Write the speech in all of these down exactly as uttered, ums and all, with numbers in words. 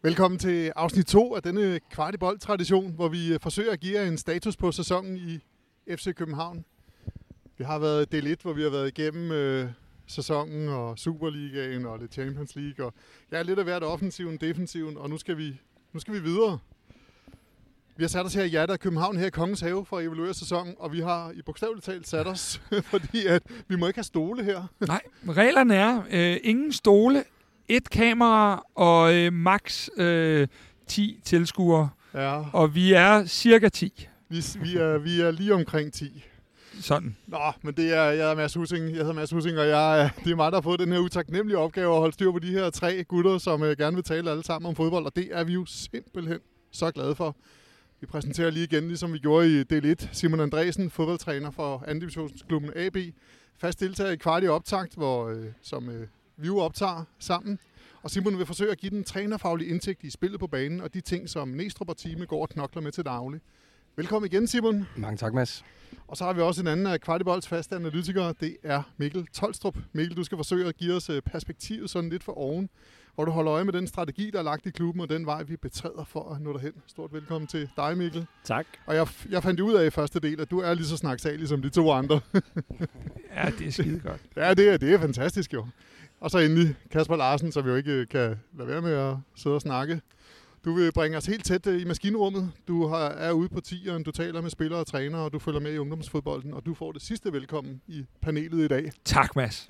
Velkommen til afsnit to af denne Kvartibold-tradition, hvor vi forsøger at give jer en status på sæsonen i F C København. Vi har været del et, hvor vi har været igennem øh, sæsonen og Superligaen og lidt Champions League. Og jeg er lidt af hvert offensiven, defensiven, og nu skal vi, nu skal vi videre. Vi har sat os her i hjertet af København her i Kongens Have for at evaluere sæsonen, og vi har i bogstaveligt talt sat os, fordi at vi må ikke have stole her. Nej, reglerne er øh, ingen stole, et kamera og øh, max øh, ti tilskuere, ja. Og vi er cirka ti. Vi, vi, er, vi er lige omkring ti. Sådan. Nå, men det er, jeg er Mads Hussing, jeg hedder Mads Hussing, og jeg, det er mig, der har fået den her utaknemmelige opgave at holde styr på de her tre gutter, som øh, gerne vil tale alle sammen om fodbold, og det er vi jo simpelthen så glade for. Vi præsenterer lige igen, ligesom vi gjorde i del et, Simon Andresen, fodboldtræner for anden divisionsklubben A B, fast deltager i Kvart i optakt, hvor, øh, som øh, vi jo optager sammen. Og Simon vil forsøge at give den trænerfaglige indsigt i spillet på banen, og de ting, som Næstrup og teamet går og knokler med til daglig. Velkommen igen, Simon. Mange tak, Mads. Og så har vi også en anden af Kvartibolds faste analytikere, det er Mikkel Tolstrup. Mikkel, du skal forsøge at give os perspektivet sådan lidt for oven, hvor du holder øje med den strategi, der er lagt i klubben, og den vej, vi betræder for at nå derhen. Stort velkommen til dig, Mikkel. Tak. Og jeg, jeg fandt ud af i første del, at du er lige så snaksalig som de to andre. Ja, det er skide godt. Ja, det er, det er fantastisk jo. Og så endelig Kasper Larsen, som vi jo ikke kan lade være med at sidde og snakke. Du vil bringe os helt tæt i maskinrummet. Du har, er ude på tieren, du taler med spillere og trænere, og du følger med i ungdomsfodbolden, og du får det sidste velkommen i panelet i dag. Tak, Mads.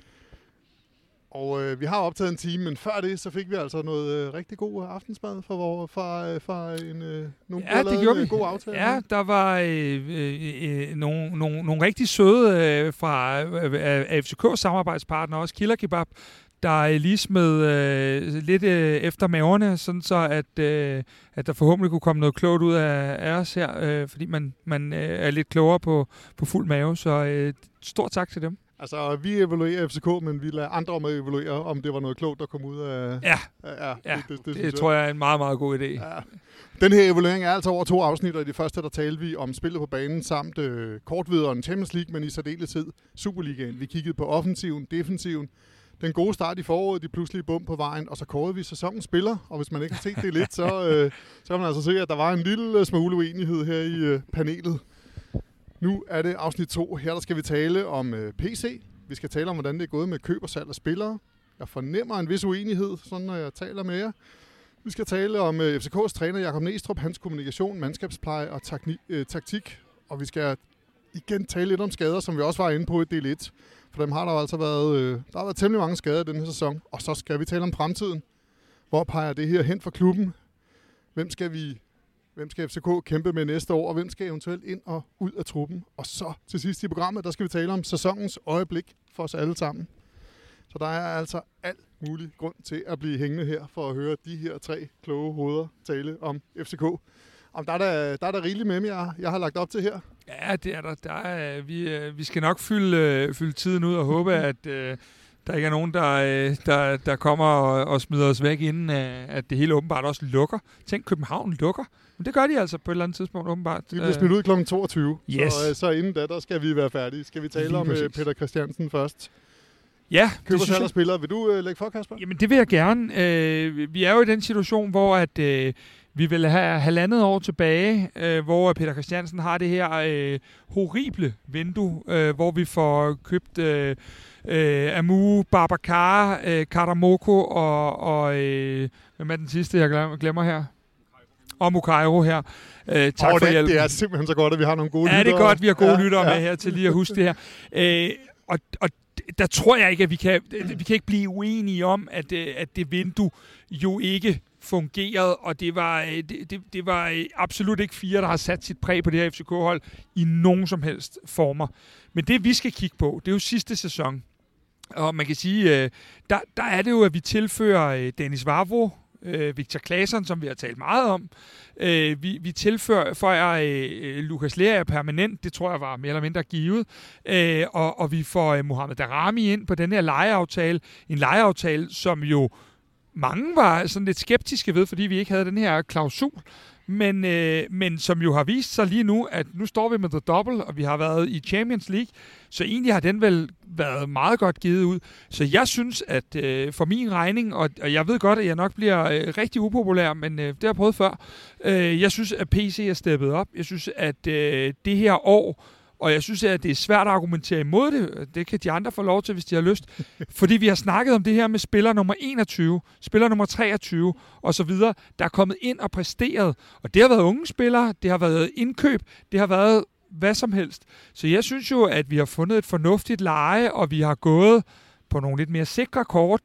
Og øh, vi har optaget en time, men før det, så fik vi altså noget øh, rigtig god aftensmad fra, vor, fra, øh, fra en, øh, nogle ja, det gjorde en, vi. god aftale. Ja, der var øh, øh, nogle, nogle, nogle rigtig søde øh, fra øh, F C K's samarbejdspartner, også Killer Kebab, der lige smed øh, lidt øh, efter maverne, sådan så at, øh, at der forhåbentlig kunne komme noget klogt ud af, af os her, øh, fordi man, man øh, er lidt klogere på, på fuld mave, så øh, stort tak til dem. Altså, vi evaluerer F C K, men vi lader andre om at evaluere, om det var noget klogt, der kom ud af... Ja, ja, ja, ja. det, det, det, det, det tror jeg er en meget, meget god idé. Ja. Den her evaluering er altså over to afsnit, og i det første, der talte vi om spillet på banen, samt øh, kortvideren Champions League, men i særdeleshed Superligaen. Vi kiggede på offensiven, defensiven, den gode start i foråret, de pludselige bump på vejen, og så kårede vi sæsonens spiller, og hvis man ikke har set det lidt, så, øh, så kan man altså se, at der var en lille smule uenighed her i øh, panelet. Nu er det afsnit to. Her der skal vi tale om øh, P C. Vi skal tale om, hvordan det er gået med køb og salg af spillere. Jeg fornemmer en vis uenighed, sådan når jeg taler med jer. Vi skal tale om øh, F C K's træner Jakob Næstrup, hans kommunikation, mandskabspleje og takni- øh, taktik. Og vi skal igen tale lidt om skader, som vi også var inde på i del et. For dem har der altså været, øh, der har været temmelig mange skader i denne sæson. Og så skal vi tale om fremtiden. Hvor peger det her hen for klubben? Hvem skal vi... Hvem skal F C K kæmpe med næste år, og hvem skal eventuelt ind og ud af truppen? Og så til sidst i programmet, der skal vi tale om sæsonens øjeblik for os alle sammen. Så der er altså alt mulig grund til at blive hængende her, for at høre de her tre kloge hoveder tale om F C K. Om der er der, der, er der rigeligt med mig, jeg, jeg har lagt op til her. Ja, det er der. der er, vi, vi skal nok fylde, fylde tiden ud og håbe, at... Øh Der ikke er nogen, der, der, der kommer og, og smider os væk, inden at det hele åbenbart også lukker. Tænk, København lukker. Men det gør de altså på et eller andet tidspunkt åbenbart. Vi bliver smidt ud klokken toogtyve, yes. så, så inden da, der skal vi være færdige. Skal vi tale Lige om præcis. Peter Christiansen først? Ja. Køber salg og spillere. Vil du uh, lægge for, Kasper? Jamen, det vil jeg gerne. Uh, vi er jo i den situation, hvor at, uh, vi vil have halvandet år tilbage, uh, hvor Peter Christiansen har det her uh, horrible vindue, uh, hvor vi får købt... Uh, Uh, Amu, Babacar, uh, Karamoko og, og uh, hvem er den sidste, jeg glemmer, glemmer her? Og Mukairo her. Uh, tak oh, for det, hjælpen. Det er simpelthen så godt, at vi har nogle gode lyttere. Ja, det er godt, vi har gode ja, lyttere ja. med her til lige at huske det her. Uh, og, og der tror jeg ikke, at vi kan, vi kan ikke blive uenige om, at, at det vindue jo ikke fungerede, og det var, det, det, det var absolut ikke fire, der har sat sit præg på det her F C K-hold i nogen som helst former. Men det, vi skal kigge på, det er jo sidste sæson. Og man kan sige, der, der er det jo, at vi tilfører Dennis Vavro, Victor Claesson, som vi har talt meget om. Vi, vi tilfører Lukas Lea permanent, det tror jeg var mere eller mindre givet. Og, og vi får Mohamed Darami ind på den her lejeaftale. En lejeaftale, som jo mange var sådan lidt skeptiske ved, fordi vi ikke havde den her klausul. men, øh, men som jo har vist sig lige nu, at nu står vi med The Double, og vi har været i Champions League, så egentlig har den vel været meget godt givet ud. Så jeg synes, at øh, for min regning, og, og jeg ved godt, at jeg nok bliver øh, rigtig upopulær, men øh, det har jeg prøvet før, øh, jeg synes, at P C er steppet op. Jeg synes, at øh, det her år, og jeg synes, at det er svært at argumentere imod det. Det kan de andre få lov til, hvis de har lyst. Fordi vi har snakket om det her med spiller nummer enogtyve, spiller nummer treogtyve osv., der er kommet ind og præsteret. Og det har været unge spillere, det har været indkøb, det har været hvad som helst. Så jeg synes jo, at vi har fundet et fornuftigt leje, og vi har gået på nogle lidt mere sikre kort,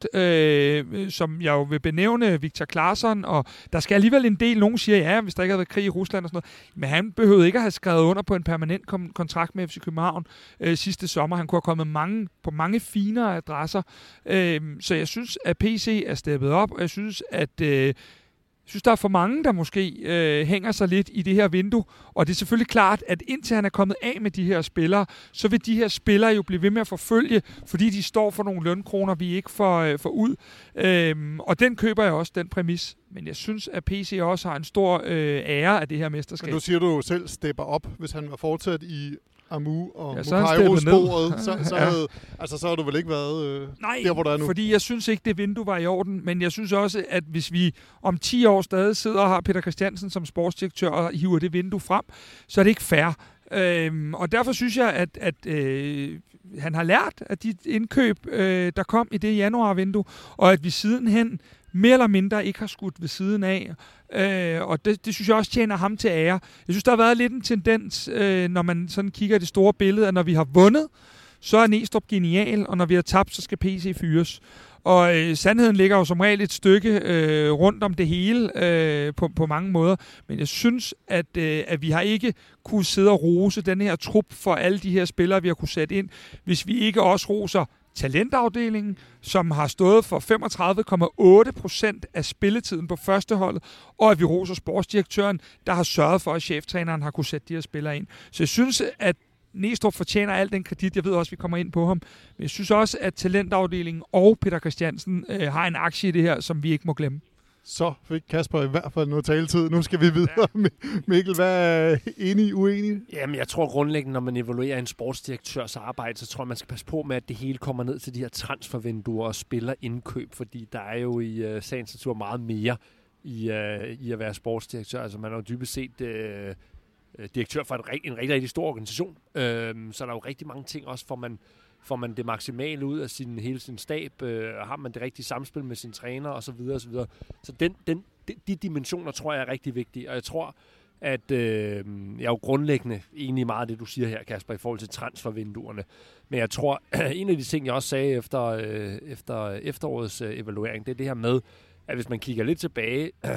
øh, som jeg jo vil benævne Victor Claesson, og der skal alligevel en del, nogen siger, ja, hvis der ikke havde været krig i Rusland og sådan noget, men han behøvede ikke at have skrevet under på en permanent kom- kontrakt med F C København øh, sidste sommer. Han kunne have kommet mange, på mange finere adresser. Øh, så jeg synes, at P C er steppet op, og jeg synes, at øh, Jeg synes, der er for mange, der måske øh, hænger sig lidt i det her vindue. Og det er selvfølgelig klart, at indtil han er kommet af med de her spillere, så vil de her spillere jo blive ved med at forfølge, fordi de står for nogle lønkroner, vi ikke får, øh, får ud. Øhm, og den køber jeg også, den præmis. Men jeg synes, at P C også har en stor øh, ære af det her mesterskab. Men nu siger du jo selv, stepper op, hvis han var fortsat i Amu og ja, Mukairo-sporet, så, så, havde, altså, så havde du vel ikke været øh, Nej, der, hvor der er nu? Fordi jeg synes ikke, det vindue var i orden, men jeg synes også, at hvis vi om ti år stadig sidder og har Peter Christiansen som sportsdirektør og hiver det vindue frem, så er det ikke fair. Øhm, og derfor synes jeg, at, at øh, han har lært af de indkøb, øh, der kom i det januarvindue, og at vi sidenhen mere eller mindre ikke har skudt ved siden af. Øh, og det, det synes jeg også tjener ham til ære. Jeg synes, der har været lidt en tendens, øh, når man sådan kigger i det store billede, at når vi har vundet, så er Næstrup genial, og når vi har tabt, så skal P C fyres. Og øh, sandheden ligger jo som regel et stykke øh, rundt om det hele øh, på, på mange måder. Men jeg synes, at, øh, at vi har ikke kunne sidde og rose den her trup for alle de her spillere, vi har kunne sætte ind, hvis vi ikke også roser talentafdelingen, som har stået for femogtredive komma otte procent af spilletiden på førsteholdet, og at vi roser sportsdirektøren, der har sørget for, at cheftræneren har kunne sætte de her spillere ind. Så jeg synes, at Næstrup fortjener al den kredit. Jeg ved også, at vi kommer ind på ham. Men jeg synes også, at talentafdelingen og Peter Christiansen øh, har en aktie i det her, som vi ikke må glemme. Så fik Kasper i hvert fald noget taletid. Nu skal vi videre. Ja. Mikkel, hvad er enig, uenig? Jamen, jeg tror grundlæggende, når man evaluerer en sportsdirektørs arbejde, så tror jeg, man skal passe på med, at det hele kommer ned til de her transfervinduer og spillerindkøb, fordi der er jo i uh, sagens natur meget mere i, uh, i at være sportsdirektør. Altså, man er jo dybest set uh, direktør for en, en rigtig, rigtig stor organisation. Uh, så der er jo rigtig mange ting også, for man får man det maksimale ud af sin, hele sin stab, øh, har man det rigtige samspil med sin træner og så videre og så videre. Så den, den, de, de dimensioner tror jeg er rigtig vigtige, og jeg tror, at øh, jeg er jo grundlæggende enig i meget af det, du siger her, Kasper, i forhold til transfervinduerne. Men jeg tror, en af de ting, jeg også sagde efter, øh, efter efterårets øh, evaluering, det er det her med, at hvis man kigger lidt tilbage, øh,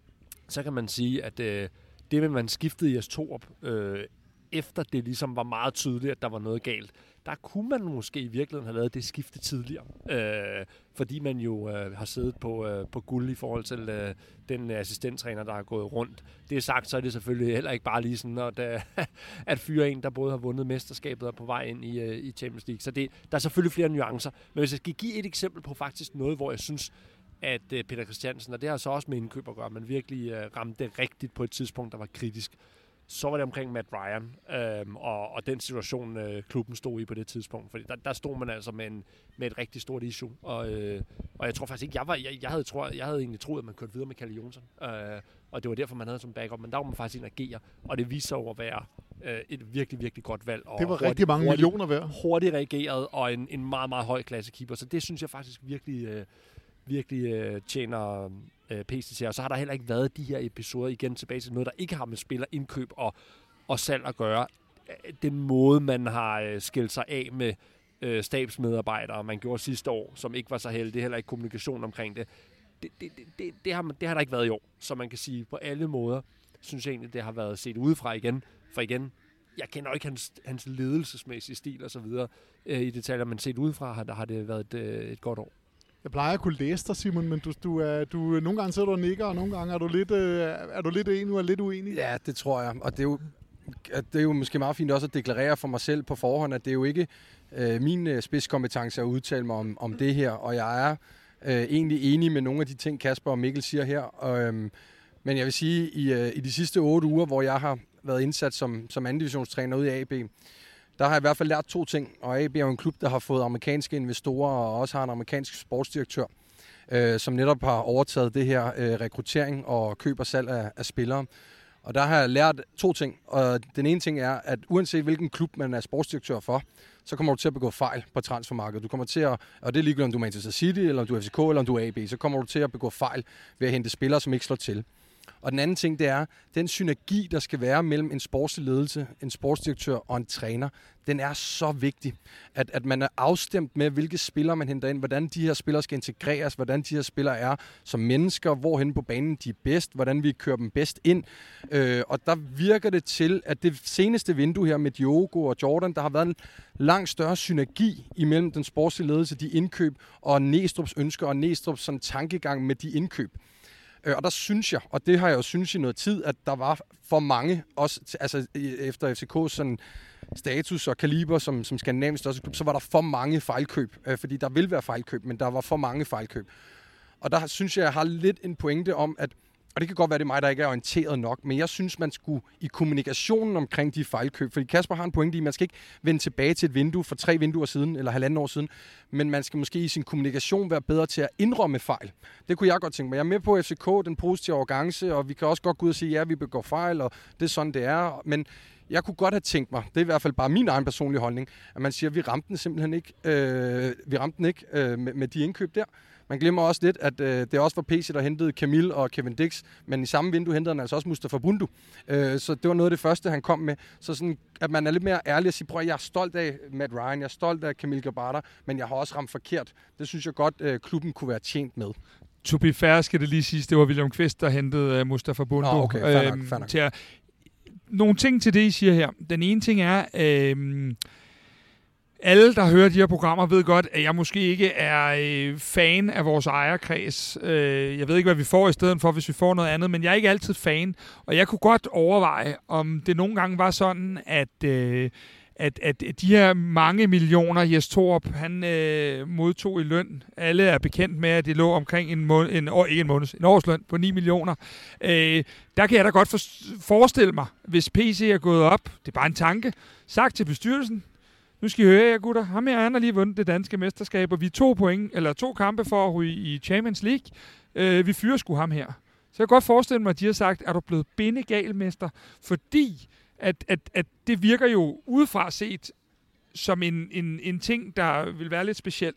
så kan man sige, at øh, det med, man skiftede i S to op, øh, efter det ligesom var meget tydeligt, at der var noget galt, der kunne man måske i virkeligheden have lavet det skifte tidligere. Øh, fordi man jo øh, har siddet på, øh, på guld i forhold til øh, den assistenttræner, der har gået rundt. Det er sagt, så er det selvfølgelig heller ikke bare lige sådan, at, øh, at fyre en, der både har vundet mesterskabet og på vej ind i, øh, i Champions League. Så det, der er selvfølgelig flere nuancer. Men hvis jeg skal give et eksempel på faktisk noget, hvor jeg synes, at øh, Peter Christiansen, og det har så også med indkøb at gøre, man virkelig øh, ramte det rigtigt på et tidspunkt, der var kritisk, så var det omkring Matt Ryan øhm, og, og den situation, øh, klubben stod i på det tidspunkt. Fordi der, der stod man altså med, en, med et rigtig stort issue. Og, øh, og jeg tror faktisk ikke, jeg, var, jeg, jeg, havde, tror, jeg havde egentlig troet, at man kørte videre med Kalle Jonsson. Øh, og det var derfor, man havde som backup. Men der var man faktisk ind og agere. Og det viste sig over at være øh, et virkelig, virkelig godt valg. Og det var hurtigt, rigtig mange hurtigt, millioner værd. Hurtigt reageret og en, en meget, meget høj klasse keeper. Så det synes jeg faktisk virkelig... Øh, virkelig øh, tjener øh, P C til. Og så har der heller ikke været de her episoder igen tilbage til noget, der ikke har med spillerindkøb og, og salg at gøre. Den måde, man har øh, skilt sig af med øh, stabsmedarbejdere, man gjorde sidste år, som ikke var så heldig, heller ikke kommunikation omkring det, det, det, det, det, det, har, man, det har der ikke været i år. Så man kan sige, på alle måder, synes jeg egentlig, det har været set udefra igen. For igen, jeg kender ikke hans, hans ledelsesmæssige stil og så videre øh, i detaljer, men set udefra har, der har det været et, øh, et godt år. Jeg plejer at kunne læse dig, Simon, men du, du er, du, nogle gange sidder du og nikker, og nogle gange er du lidt, øh, er du lidt enig og lidt uenig. Ja, det tror jeg. Og det er jo, det er jo måske meget fint også at deklarere for mig selv på forhånd, at det er jo ikke øh, min øh, spidskompetence at udtale mig om, om det her. Og jeg er øh, egentlig enig med nogle af de ting, Kasper og Mikkel siger her. Og, øh, Men jeg vil sige, i, uh, i de sidste otte uger, hvor jeg har været indsat som, som anden divisionstræner ude i A B, der har jeg i hvert fald lært to ting. Og A B er jo en klub, der har fået amerikanske investorer og også har en amerikansk sportsdirektør, øh, som netop har overtaget det her øh, rekruttering og køb og salg af, af spillere. Og der har jeg lært to ting. Og den ene ting er, at uanset hvilken klub man er sportsdirektør for, så kommer du til at begå fejl på transfermarkedet. Du kommer til at, og det er ligegyldigt, om du er Manchester City, eller om du er F C K, eller om du er A B, så kommer du til at begå fejl ved at hente spillere, som ikke slår til. Og den anden ting, det er, den synergi, der skal være mellem en sportslig ledelse, en sportsdirektør og en træner, den er så vigtig, at, at man er afstemt med, hvilke spillere man henter ind, hvordan de her spillere skal integreres, hvordan de her spillere er som mennesker, hvorhen på banen de er bedst, hvordan vi kører dem bedst ind. Øh, og der virker det til, at det seneste vindue her med Diogo og Jordan, der har været en langt større synergi imellem den sportslige ledelse, de indkøb, og Næstrups ønsker og Næstrups sådan tankegang med de indkøb. Og der synes jeg, og det har jeg jo synes i noget tid, at der var for mange, også altså efter F C K's sådan status og kaliber som, som skandinavisk største klub, så var der for mange fejlkøb, fordi der vil være fejlkøb, men der var for mange fejlkøb. Og der synes jeg, jeg har lidt en pointe om, at, og det kan godt være, det er mig, der ikke er orienteret nok, men jeg synes, man skulle i kommunikationen omkring de fejlkøb, fordi Kasper har en pointe i, man skal ikke vende tilbage til et vindue for tre vinduer siden, eller halvanden år siden, men man skal måske i sin kommunikation være bedre til at indrømme fejl. Det kunne jeg godt tænke mig. Jeg er med på F C K, den positive arrogance, og vi kan også godt gå ud og sige, ja, vi begår fejl, og det er sådan, det er, men jeg kunne godt have tænkt mig, det er i hvert fald bare min egen personlige holdning, at man siger, at vi ramte den simpelthen ikke, øh, vi ramte den ikke øh, med, med de indkøb der. Man glemmer også lidt, at øh, det også var P C, der hentede Camille og Kevin Dix, men i samme vindue hentede han altså også Mustafa Bundu. Øh, så det var noget af det første, han kom med. Så sådan, at man er lidt mere ærlig og siger, prøv, jeg er stolt af Matt Ryan, jeg er stolt af Camille Gabata, men jeg har også ramt forkert. Det synes jeg godt, øh, klubben kunne være tjent med. To be fair, skal det lige siges, det var William Kvist, der hentede uh, Mustafa Bundu. Nå, okay, fair nok, fair nok. Til at, nogle ting til det, I siger her. Den ene ting er, øh, alle, der hører de her programmer, ved godt, at jeg måske ikke er øh, fan af vores ejerkreds. Øh, jeg ved ikke, hvad vi får i stedet for, hvis vi får noget andet, men jeg er ikke altid fan. Og jeg kunne godt overveje, om det nogle gange var sådan, at, øh, at, at de her mange millioner, Jes Torup, han øh, modtog i løn. Alle er bekendt med, at det lå omkring en, måned, en, år, ikke en, måned, en årsløn på ni millioner. Øh, der kan jeg da godt for, forestille mig, hvis P C er gået op, det er bare en tanke, sagt til bestyrelsen, nu skal I høre jer, gutter. Ham her, han har lige vundet det danske mesterskab, og vi er to point, eller to kampe for at ryge i Champions League. Øh, vi fyrer sgu ham her. Så jeg kan godt forestille mig, at de har sagt, er du blevet bindegalmester? Fordi at, at, at det virker jo udefra set som en, en, en ting, der vil være lidt speciel.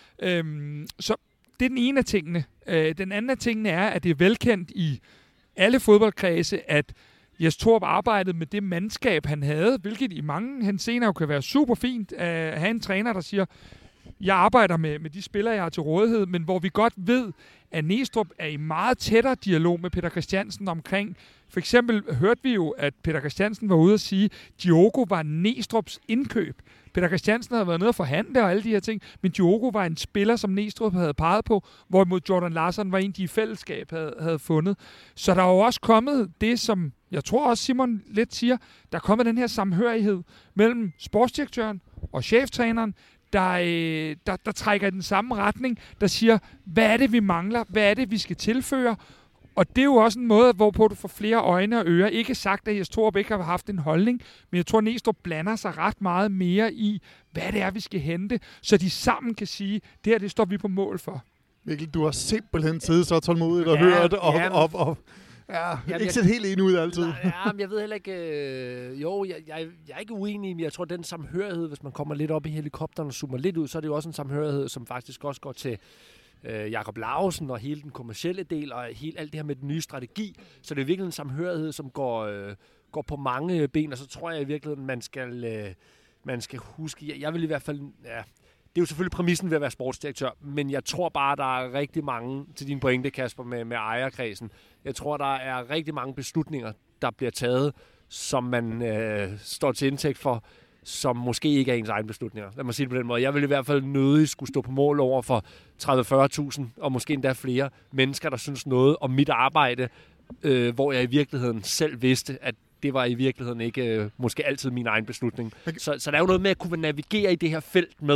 Øhm, så det er den ene af tingene. Øh, den anden af tingene er, at det er velkendt i alle fodboldkredse, at Jes Torup arbejdede med det mandskab, han havde, hvilket i mange henseender jo kan være super fint at have en træner, der siger, jeg arbejder med, med de spillere, jeg har til rådighed, men hvor vi godt ved, at Næstrup er i meget tættere dialog med Peter Christiansen omkring. For eksempel hørte vi jo, at Peter Christiansen var ude at sige, at Diogo var Næstrups indkøb. Peter Christiansen havde været nede og forhandle og alle de her ting, men Diogo var en spiller, som Næstrup havde peget på, hvorimod Jordan Larsson var en, de i fællesskab havde, havde fundet. Så der er jo også kommet det, som jeg tror også Simon lidt siger, der er kommet den her samhørighed mellem sportsdirektøren og cheftræneren, der, øh, der, der trækker i den samme retning, der siger, hvad er det, vi mangler? Hvad er det, vi skal tilføre? Og det er jo også en måde, hvorpå du får flere øjne og ører. Ikke sagt, at Jes Torup ikke har haft en holdning, men jeg tror, at Næstrup blander sig ret meget mere i, hvad det er, vi skal hente, så de sammen kan sige, det her, det står vi på mål for. Mikkel, du har simpelthen siddet så tålmodigt og ja, hørt op, ja, op, op. Ja, jamen, ikke set helt enig ud altid. Nej, ja, men jeg ved heller ikke... Øh, jo, jeg, jeg, jeg er ikke uenig, men jeg tror, den samhørighed, hvis man kommer lidt op i helikopteren og zoomer lidt ud, så er det jo også en samhørighed, som faktisk også går til øh, Jakob Lausen og hele den kommercielle del, og hele alt det her med den nye strategi. Så det er virkelig en samhørighed, som går, øh, går på mange ben, og så tror jeg i virkeligheden, man skal, øh, man skal huske... Jeg, jeg vil i hvert fald... Ja, det er jo selvfølgelig præmissen ved at være sportsdirektør, men jeg tror bare, der er rigtig mange, til din pointe, Kasper, med, med ejerkredsen, jeg tror, der er rigtig mange beslutninger, der bliver taget, som man øh, står til indtægt for, som måske ikke er ens egen beslutninger. Lad mig sige det på den måde. Jeg vil i hvert fald nødig skulle stå på mål over for tredive til fyrre tusind, og måske endda flere mennesker, der synes noget om mit arbejde, øh, hvor jeg i virkeligheden selv vidste, at det var i virkeligheden ikke øh, måske altid min egen beslutning. Okay. Så, så der er jo noget med at kunne navigere i det her felt med,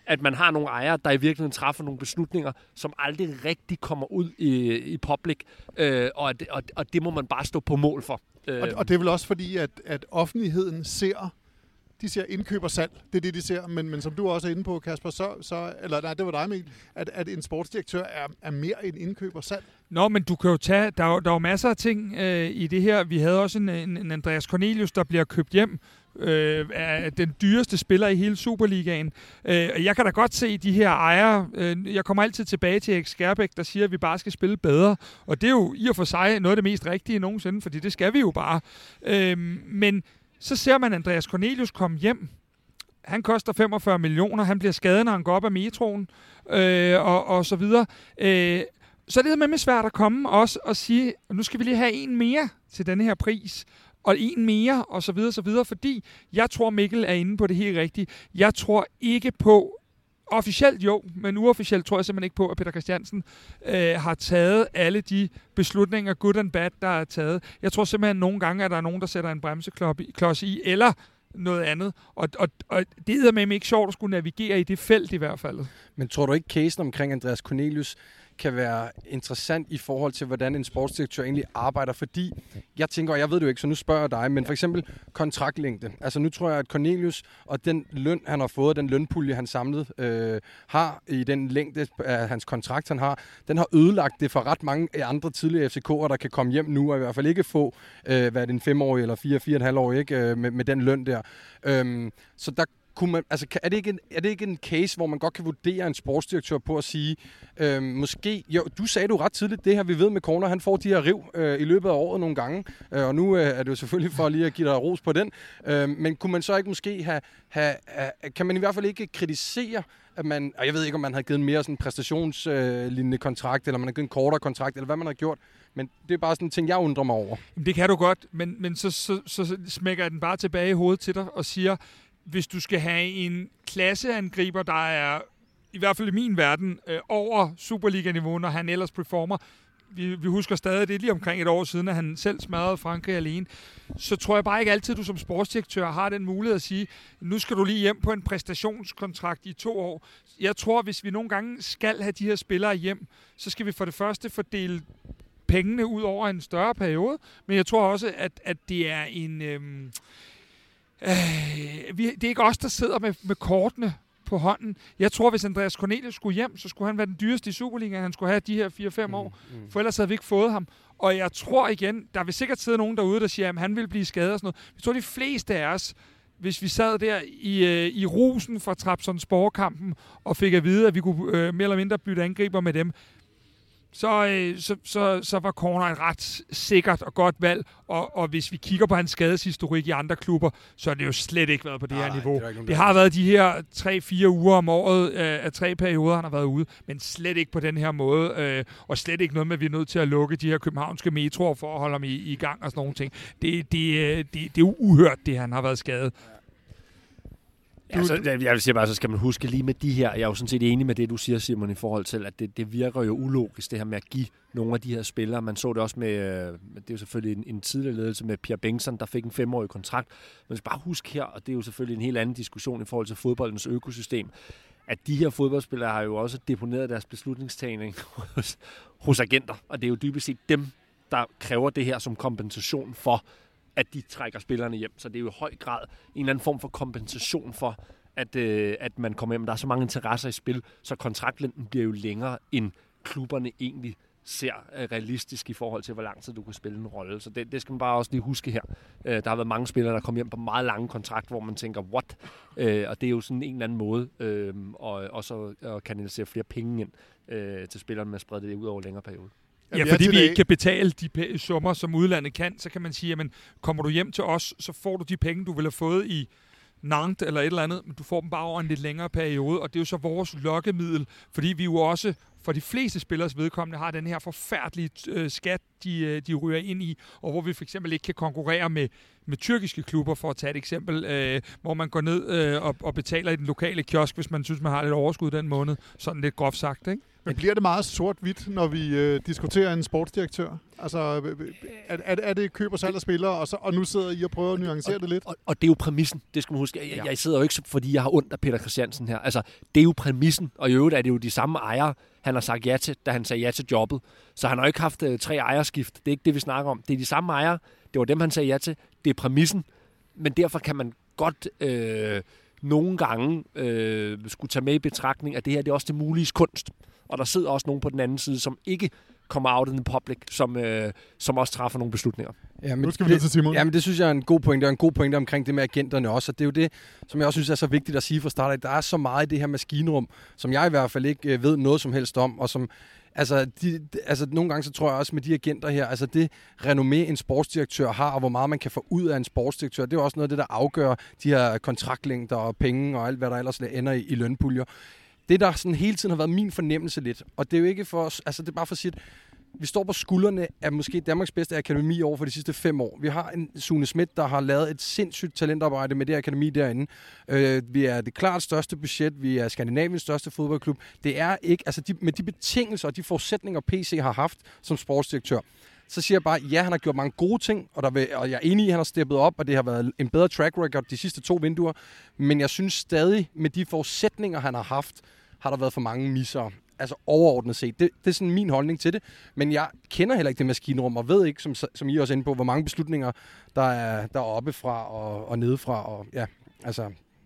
at man har nogle ejere, der i virkeligheden træffer nogle beslutninger, som aldrig rigtig kommer ud i, i public, øh, og, at, og, og det må man bare stå på mål for. Og, og det er vel også fordi, at, at offentligheden ser, de ser indkøb og salg, det er det, de ser, men, men som du også er inde på, Kasper, så, så eller nej, det var dig, Mikkel, at, at en sportsdirektør er, er mere end indkøb og salg. Nå, men du kan jo tage, der er, der er jo masser af ting øh, i det her. Vi havde også en, en, en Andreas Cornelius, der bliver købt hjem øh, af den dyreste spiller i hele Superligaen. Øh, jeg kan da godt se de her ejere. Øh, jeg kommer altid tilbage til Erik Skærbæk, der siger, at vi bare skal spille bedre. Og det er jo i og for sig noget af det mest rigtige nogensinde, fordi det skal vi jo bare. Øh, men så ser man Andreas Cornelius komme hjem. Han koster femogfyrre millioner. Han bliver skadet, når han går op af metroen, øh, og, og så videre. Øh, så er det med, med svært at komme også og sige, nu skal vi lige have en mere til denne her pris, og en mere, og så videre, så videre, fordi jeg tror, Mikkel er inde på det helt rigtige. Jeg tror ikke på, officielt jo, men uofficielt tror jeg simpelthen ikke på, at Peter Christiansen øh, har taget alle de beslutninger, good and bad, der er taget. Jeg tror simpelthen, at nogle gange er der nogen, der sætter en bremseklods i, eller noget andet. Og, og, og det er med ikke sjovt at skulle navigere i det felt i hvert fald. Men tror du ikke, casen omkring Andreas Cornelius kan være interessant i forhold til, hvordan en sportsdirektør egentlig arbejder? Fordi jeg tænker, og jeg ved det jo ikke, så nu spørger jeg dig, men for eksempel kontraktlængde. Altså nu tror jeg, at Cornelius og den løn, han har fået, den lønpulje, han samlet øh, har i den længde af hans kontrakt, han har, den har ødelagt det for ret mange andre tidligere F C K'ere, der kan komme hjem nu og i hvert fald ikke få, øh, hvad er det, en femårig eller fire, fire og en halv år, ikke, øh, med, med den løn der. Øhm, så der Kunne man, altså, er, det ikke en, er det ikke en case, hvor man godt kan vurdere en sportsdirektør på at sige, øh, måske, jo, du sagde du ret tidligt, det her vi ved med Corner, han får de her riv øh, i løbet af året nogle gange, øh, og nu øh, er det jo selvfølgelig for lige at give dig ros på den, øh, men kunne man så ikke måske have, have, have, kan man i hvert fald ikke kritisere, at man, og jeg ved ikke, om man havde givet en mere sådan præstationslignende øh, kontrakt, eller man har givet en kortere kontrakt, eller hvad man har gjort, men det er bare sådan en ting, jeg undrer mig over. Det kan du godt, men, men så, så, så, så smækker jeg den bare tilbage i hovedet til dig og siger, hvis du skal have en klasseangriber, der er, i hvert fald i min verden, øh, over Superliga-niveau, når han ellers performer, vi, vi husker stadig, det er lige omkring et år siden, at han selv smadrede Frankrig alene, så tror jeg bare ikke altid, du som sportsdirektør har den mulighed at sige, nu skal du lige hjem på en præstationskontrakt i to år. Jeg tror, hvis vi nogle gange skal have de her spillere hjem, så skal vi for det første fordele pengene ud over en større periode, men jeg tror også, at, at det er en... Øhm, Øh, vi, det er ikke os, der sidder med, med kortene på hånden. Jeg tror, hvis Andreas Cornelius skulle hjem, så skulle han være den dyreste i Superligaen. Han skulle have de her fire fem år, mm, mm. for ellers havde vi ikke fået ham. Og jeg tror igen, der vil sikkert sidde nogen derude, der siger, at han vil blive skadet og sådan noget. Jeg tror, de fleste af os, hvis vi sad der i, øh, i rusen fra Trabzonspor-kampen og fik at vide, at vi kunne øh, mere eller mindre bytte angriber med dem, Så, øh, så, så, så var Corner et ret sikkert og godt valg, og, og hvis vi kigger på hans skadeshistorik i andre klubber, så har det jo slet ikke været på det Nej, her niveau. Det, det har været de her tre fire uger om året øh, af tre perioder, han har været ude, men slet ikke på den her måde, øh, og slet ikke noget med, at vi er nødt til at lukke de her københavnske metroer for at holde ham i, i gang og sådan nogle ting. Det, det, det, det er jo uhørt, det han har været skadet. Ja, så, jeg vil sige bare, så skal man huske lige med de her, jeg er jo sådan set enig med det, du siger, Simon, i forhold til, at det, det virker jo ulogisk, det her med at give nogle af de her spillere. Man så det også med, det er jo selvfølgelig en, en tidligere ledelse med Pierre Bengtsson, der fik en femårig kontrakt. Man skal bare huske her, og det er jo selvfølgelig en helt anden diskussion i forhold til fodboldens økosystem, at de her fodboldspillere har jo også deponeret deres beslutningstagning hos, hos agenter, og det er jo dybest set dem, der kræver det her som kompensation for, at de trækker spillerne hjem. Så det er jo i høj grad en eller anden form for kompensation for, at, øh, at man kommer hjem. Der er så mange interesser i spil, så kontraktlængden bliver jo længere, end klubberne egentlig ser øh, realistisk i forhold til, hvor lang tid du kan spille en rolle. Så det, det skal man bare også lige huske her. Øh, der har været mange spillere, der kommer hjem på meget lange kontrakt, hvor man tænker, what? Øh, og det er jo sådan en eller anden måde, øh, og også at kanalisere flere penge ind øh, til spillerne med at sprede det ud over længere periode. Ja, fordi vi ikke kan betale de summer, som udlandet kan, så kan man sige, jamen, kommer du hjem til os, så får du de penge, du ville have fået i Nantes eller et eller andet, men du får dem bare over en lidt længere periode, og det er jo så vores lokkemiddel, fordi vi jo også for de fleste spillers vedkommende har den her forfærdelige øh, skat, de, de ryger ind i, og hvor vi for eksempel ikke kan konkurrere med, med tyrkiske klubber, for at tage et eksempel, øh, hvor man går ned øh, og, og betaler i den lokale kiosk, hvis man synes, man har lidt overskud den måned, sådan lidt groft sagt, ikke? Men bliver det meget sort-hvidt, når vi øh, diskuterer en sportsdirektør? Altså, er, er, er det køb og salg af spillere, og, så, og nu sidder I og prøver at nuancere og, det lidt? Og, og det er jo præmissen, det skal man huske. Jeg, ja. jeg sidder jo ikke, fordi jeg har ondt af Peter Christiansen her. Altså, det er jo præmissen, og i øvrigt er det jo de samme ejere, han har sagt ja til, da han sagde ja til jobbet. Så han har jo ikke haft uh, tre ejerskift. Det er ikke det, vi snakker om. Det er de samme ejere. Det var dem, han sagde ja til. Det er præmissen. Men derfor kan man godt øh, nogle gange øh, skulle tage med i betragtning, at det her det er også det muliges kunst. Og der sidder også nogen på den anden side, som ikke kommer out in the public, som, øh, som også træffer nogle beslutninger. Ja, men nu skal vi det, til Simon. Jamen, det synes jeg er en god pointe, og en god pointe omkring det med agenterne også. Og det er jo det, som jeg også synes er så vigtigt at sige fra start af. Der er så meget i det her maskinrum, som jeg i hvert fald ikke øh, ved noget som helst om, og som Altså, de, altså, nogle gange så tror jeg også med de agenter her, altså det renommé, en sportsdirektør har, og hvor meget man kan få ud af en sportsdirektør, det er også noget af det, der afgør de her kontraktlængder og penge og alt, hvad der ellers ender i, i lønpuljer. Det, der sådan hele tiden har været min fornemmelse lidt, og det er jo ikke for os, altså det er bare for at sige, at vi står på skuldrene af måske Danmarks bedste akademi over for de sidste fem år. Vi har en Sune Schmidt, der har lavet et sindssygt talentarbejde med det akademi derinde. Øh, vi er det klart største budget. Vi er Skandinaviens største fodboldklub. Det er ikke, altså de, med de betingelser og de forudsætninger, P C har haft som sportsdirektør, så siger jeg bare, ja, han har gjort mange gode ting, og, der vil, og jeg er enig i, at han har steppet op, og det har været en bedre track record de sidste to vinduer. Men jeg synes stadig, med de forudsætninger, han har haft, har der været for mange misser. Altså overordnet set. Det, det er sådan min holdning til det. Men jeg kender heller ikke det maskinrum, og ved ikke, som, som I også er inde på, hvor mange beslutninger, der er, der er oppefra og, og nedefra. Og, ja, altså.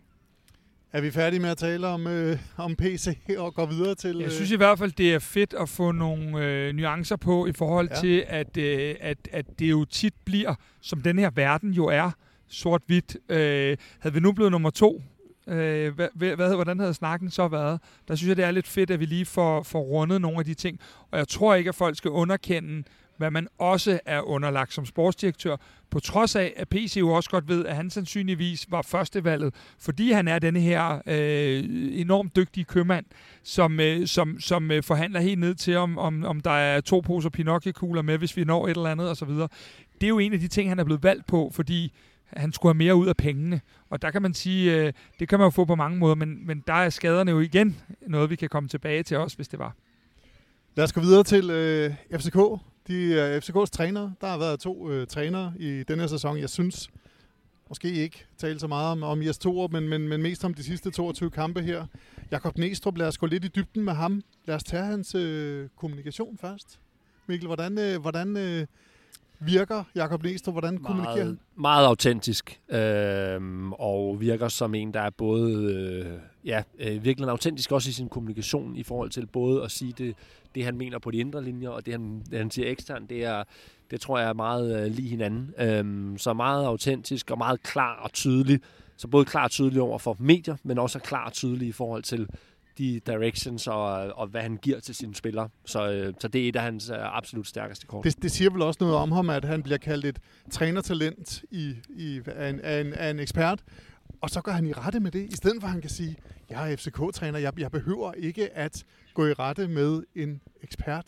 Er vi færdige med at tale om, øh, om P C og gå videre til... Øh... Jeg synes i hvert fald, det er fedt at få nogle øh, nuancer på i forhold ja. til, at, øh, at, at det jo tit bliver, som den her verden jo er, sort-hvidt. Øh, havde vi nu blevet nummer to, Øh, hvad, hvad, hvordan havde snakken så været? Der synes jeg, det er lidt fedt, at vi lige får, får rundet nogle af de ting. Og jeg tror ikke, at folk skal underkende, hvad man også er underlagt som sportsdirektør, på trods af, at P C jo også godt ved, at han sandsynligvis var førstevalget, fordi han er denne her øh, enormt dygtige købmand, som, øh, som, som øh, forhandler helt ned til, om, om, om der er to poser Pinocchio-kugler med, hvis vi når et eller andet osv. Det er jo en af de ting, han er blevet valgt på, fordi han skulle have mere ud af pengene. Og der kan man sige, øh, det kan man jo få på mange måder, men, men der er skaderne jo igen noget, vi kan komme tilbage til også, hvis det var. Lad os gå videre til øh, F C K. De er F C K's trænere. Der har været to øh, trænere i denne her sæson. Jeg synes måske ikke tale så meget om, om Jes Torup, men, men, men mest om de sidste toogtyve kampe her. Jakob Næstrup, lad os gå lidt i dybden med ham. Lad os tage hans øh, kommunikation først. Mikkel, hvordan... Øh, hvordan øh, virker Jakob Næstrup? Hvordan kommunikerer han? Meget autentisk, øh, og virker som en, der er både øh, ja, øh, virkelig autentisk også i sin kommunikation i forhold til både at sige det, det han mener på de indre linjer, og det han, det, han siger eksternt, det, er, det tror jeg er meget øh, lige hinanden. Øh, så meget autentisk og meget klar og tydelig. Så både klar og tydelig over for medier, men også klar og tydelig i forhold til de directions og, og hvad han giver til sine spillere. Så, øh, så det er et af hans øh, absolut stærkeste kort. Det, det siger vel også noget om ham, at han bliver kaldt et trænertalent i, i, af, en, af, en, af en ekspert, og så går han i rette med det, i stedet for at han kan sige, jeg er F C K-træner, jeg, jeg behøver ikke at gå i rette med en ekspert.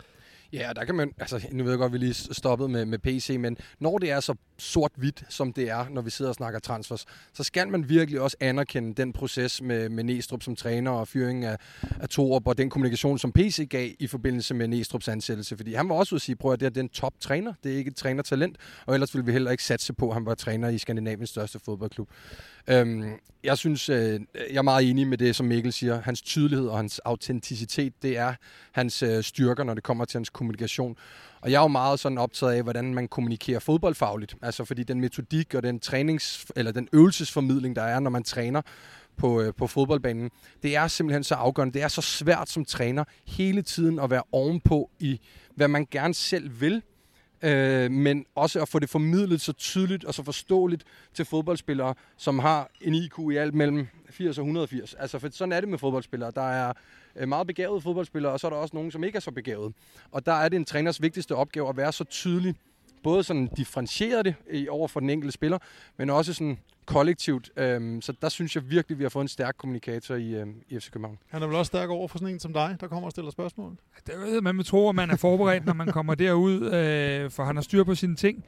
Ja, der kan man, altså nu ved jeg godt, at vi lige stoppede med, med P C, men når det er så sort-hvidt, som det er, når vi sidder og snakker transfers, så skal man virkelig også anerkende den proces med, med Næstrup som træner og fyringen af, af Torup og den kommunikation, som P C gav i forbindelse med Næstrups ansættelse. Fordi han var også ude at sige, prøv at det er den top-træner, det er ikke et trænertalent, og ellers ville vi heller ikke satse på, at han var træner i Skandinaviens største fodboldklub. Øhm, jeg synes, øh, jeg er meget enig med det, som Mikkel siger. Hans tydelighed og hans autenticitet, det er hans øh, styrker, når det kommer til hans kommunikation. Og jeg er jo meget sådan optaget af, hvordan man kommunikerer fodboldfagligt. Altså fordi den metodik og den trænings eller den øvelsesformidling, der er, når man træner på, øh, på fodboldbanen, det er simpelthen så afgørende. Det er så svært som træner hele tiden at være ovenpå i, hvad man gerne selv vil. Øh, men også at få det formidlet så tydeligt og så forståeligt til fodboldspillere, som har en I Q i alt mellem firs og et hundrede og firs. Altså, for sådan er det med fodboldspillere. Der er meget begavede fodboldspillere, og så er der også nogen, som ikke er så begavede. Og der er det en træners vigtigste opgave at være så tydelig, både sådan differentiere det over for den enkelte spiller, men også sådan kollektivt. Øhm, så der synes jeg virkelig, vi har fået en stærk kommunikator i, øhm, i F C København. Han er vel også stærk over for sådan en som dig, der kommer og stiller spørgsmål? Det ved man med tro, at man er forberedt, når man kommer derud, øh, for han har styr på sine ting.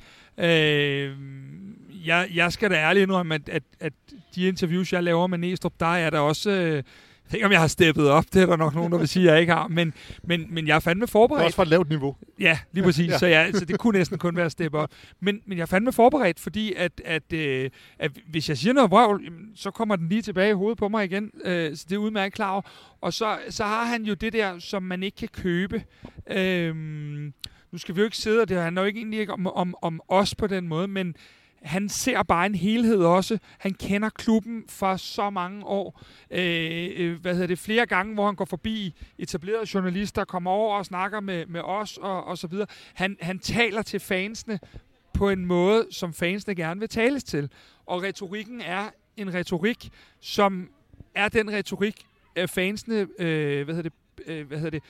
Øh, jeg, jeg skal da ærligt indrømme, at, at, at de interviews, jeg laver med Næstrup, der er der også... Øh, Jeg ved ikke, om jeg har steppet op. Det er der nok nogen, der vil sige, at jeg ikke har. Men, men, men jeg er fandme forberedt. Det er også fra et lavt niveau. Ja, lige præcis. Ja. Så, jeg, så det kunne næsten kun være at steppe op. Men, men jeg er fandme forberedt, fordi at, at, øh, at hvis jeg siger noget vrøvl, så kommer den lige tilbage i hovedet på mig igen. Øh, så det er udmærket klar over. Og så, så har han jo det der, som man ikke kan købe. Øh, nu skal vi jo ikke sidde, og det handler jo ikke egentlig ikke om, om, om os på den måde, men han ser bare en helhed også. Han kender klubben for så mange år. Øh, hvad hedder det? Flere gange, hvor han går forbi etablerede journalister, kommer over og snakker med, med os og, og så videre. Han, han taler til fansene på en måde, som fansene gerne vil tales til. Og retorikken er en retorik, som er den retorik, fansene øh, hvad hedder det, øh, hvad hedder det,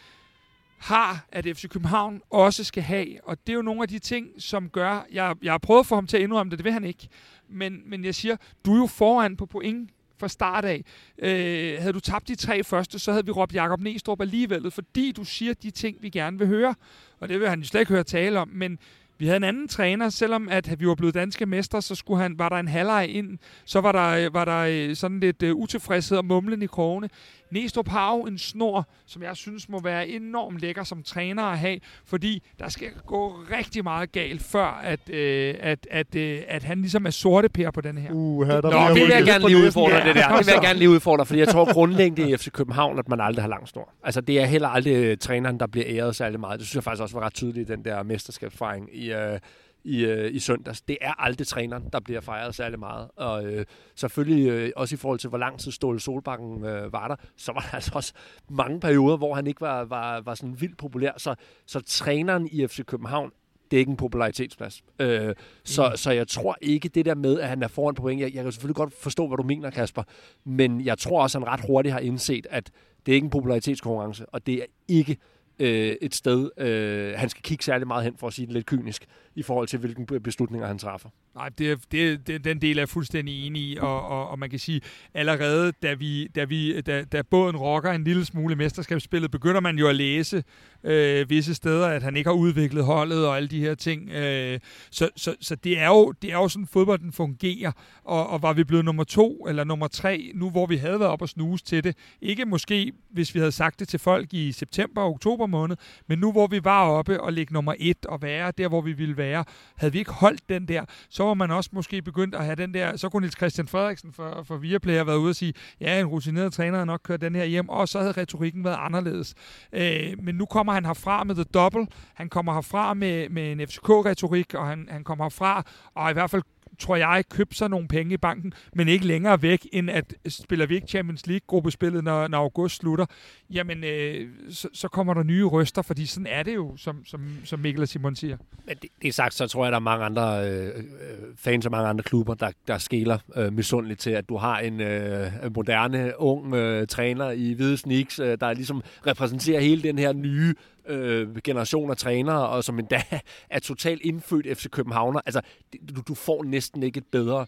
har, at F C København også skal have. Og det er jo nogle af de ting, som gør... Jeg, jeg har prøvet at få ham til at indrømme det, det vil han ikke. Men, men jeg siger, du er jo foran på point fra start af. Øh, havde du tabt de tre første, så havde vi råbt Jakob Næstrup alligevel, fordi du siger de ting, vi gerne vil høre. Og det vil han jo slet ikke høre tale om, men vi havde en anden træner, selvom at vi var blevet danske mestre, så skulle han, var der en halvleg ind, så var der, var der sådan lidt uh, utilfredshed og mumlen i krogene. Næstrup har jo en snor, som jeg synes må være enormt lækker som træner at have, fordi der skal gå rigtig meget galt, før at, øh, at, at, øh, at han ligesom er sortepær på den her. Uh, her, Nå, det vil jeg gerne lige udfordre, ja. det der. Det vil jeg gerne lige udfordre, fordi jeg tror grundlæggende i F C København, at man aldrig har lang snor. Altså, det er heller aldrig træneren, der bliver æret særlig meget. Det synes jeg faktisk også var ret tydeligt i den der mesterskabsfejring i... Øh, I, øh, i søndags. Det er aldrig træneren, der bliver fejret særlig meget. Og øh, selvfølgelig øh, også i forhold til, hvor lang tid Ståle Solbakken øh, var der, så var der altså også mange perioder, hvor han ikke var, var, var sådan vildt populær. Så, så træneren i F C København, det er ikke en popularitetsplads. Øh, så, mm. så jeg tror ikke det der med, at han er foran point. Jeg, jeg kan selvfølgelig godt forstå, hvad du mener, Kasper, men jeg tror også, at han ret hurtigt har indset, at det er ikke en popularitetskonkurrence, og det er ikke øh, et sted, øh, han skal kigge særlig meget hen, for at sige det lidt kynisk, i forhold til, hvilke beslutninger han træffer. Nej, det, det, det, den del er jeg fuldstændig enig i, og, og, og man kan sige, allerede da, vi, da, vi, da, da båden rocker en lille smule i mesterskabsspillet, begynder man jo at læse øh, visse steder, at han ikke har udviklet holdet og alle de her ting. Øh, så så, så det, er jo, det er jo sådan, fodbolden fungerer, og, og var vi blevet nummer to eller nummer tre, nu hvor vi havde været op og snuse til det, ikke måske, hvis vi havde sagt det til folk i september og oktober måned, men nu hvor vi var oppe og ligge nummer et og være der, hvor vi ville være, havde vi ikke holdt den der, så var man også måske begyndt at have den der, så kunne Niels Christian Frederiksen for, for Viaplay have været ude og sige, ja, en rutineret træner har nok kørt den her hjem, og så havde retorikken været anderledes. Øh, men nu kommer han herfra med The Double, han kommer herfra med, med en F C K-retorik, og han, han kommer herfra, og i hvert fald tror jeg, købte sig nogle penge i banken, men ikke længere væk, end at spiller vi ikke Champions League-gruppespillet, når, når august slutter, jamen, øh, så, så kommer der nye røster, fordi sådan er det jo, som, som, som Mikkel og Simon siger. Men det, det er sagt, så tror jeg, der er mange andre øh, fans og mange andre klubber, der, der skæler øh, misundeligt til, at du har en øh, moderne, ung øh, træner i hvide sneaks, øh, der ligesom repræsenterer hele den her nye Øh, generation af trænere, og som endda er totalt indfødt F C Københavner. Altså, du, du får næsten ikke et bedre,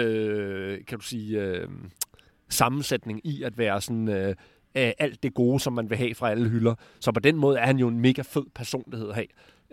øh, kan du sige, øh, sammensætning i at være sådan øh, alt det gode, som man vil have fra alle hylder. Så på den måde er han jo en mega fed personlighed at have.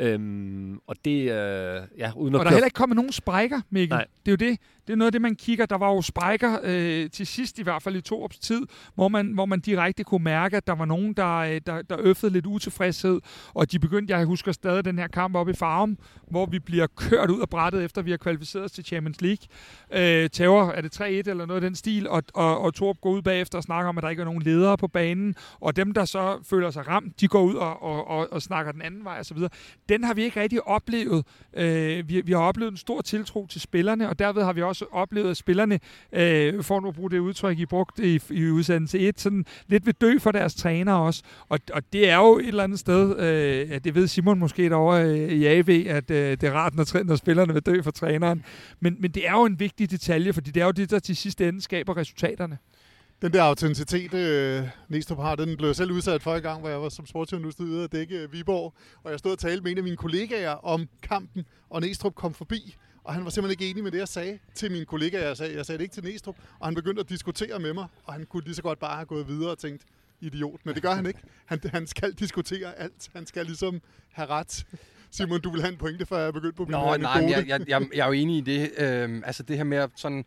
Øhm, og det, øh, ja, uden at og der er heller ikke kommet nogen sprækker, Mikkel. Nej. Det er jo det. Det er noget af det, man kigger. Der var jo sprækker øh, til sidst, i hvert fald i to års tid, hvor man, hvor man direkte kunne mærke, at der var nogen, der, der, der øffede lidt utilfredshed, og de begyndte, jeg husker stadig den her kamp oppe i Farum, hvor vi bliver kørt ud af brættet, efter vi har kvalificeret os til Champions League. Øh, Tæver, er det tre et eller noget af den stil, og, og, og Torp går ud bagefter og snakker om, at der ikke er nogen ledere på banen, og dem, der så føler sig ramt, de går ud og, og, og, og snakker den anden vej og så videre. Den har vi ikke rigtig oplevet. Øh, vi, vi har oplevet en stor tiltro til spillerne, og derved har vi også oplevet, at spillerne, øh, for nu at bruge det udtryk, I brugte i, i udsendelse et, sådan lidt vil dø for deres træner også. Og, og det er jo et eller andet sted, øh, det ved Simon måske derovre øh, i A V, at øh, det er rart, når, når spillerne vil dø for træneren. Men, men det er jo en vigtig detalje, fordi det er jo det, der til sidste ende skaber resultaterne. Den der autenticitet, øh, Næstrup har, den blev jeg selv udsat for i gang, hvor jeg var som sportsjournalist ude at dække øh, Viborg. Og jeg stod og talte med en af mine kollegaer om kampen, og Næstrup kom forbi. Og han var simpelthen ikke enig med det, jeg sagde til mine kollegaer. Jeg sagde, jeg sagde det ikke til Næstrup, og han begyndte at diskutere med mig. Og han kunne lige så godt bare have gået videre og tænkt, idiot. Men det gør han ikke. Han, han skal diskutere alt. Han skal ligesom have ret. Simon, du vil have en pointe, før jeg begyndte på min Nå, nej, jeg, jeg, jeg, jeg er jo enig i det. Øhm, altså det her med sådan...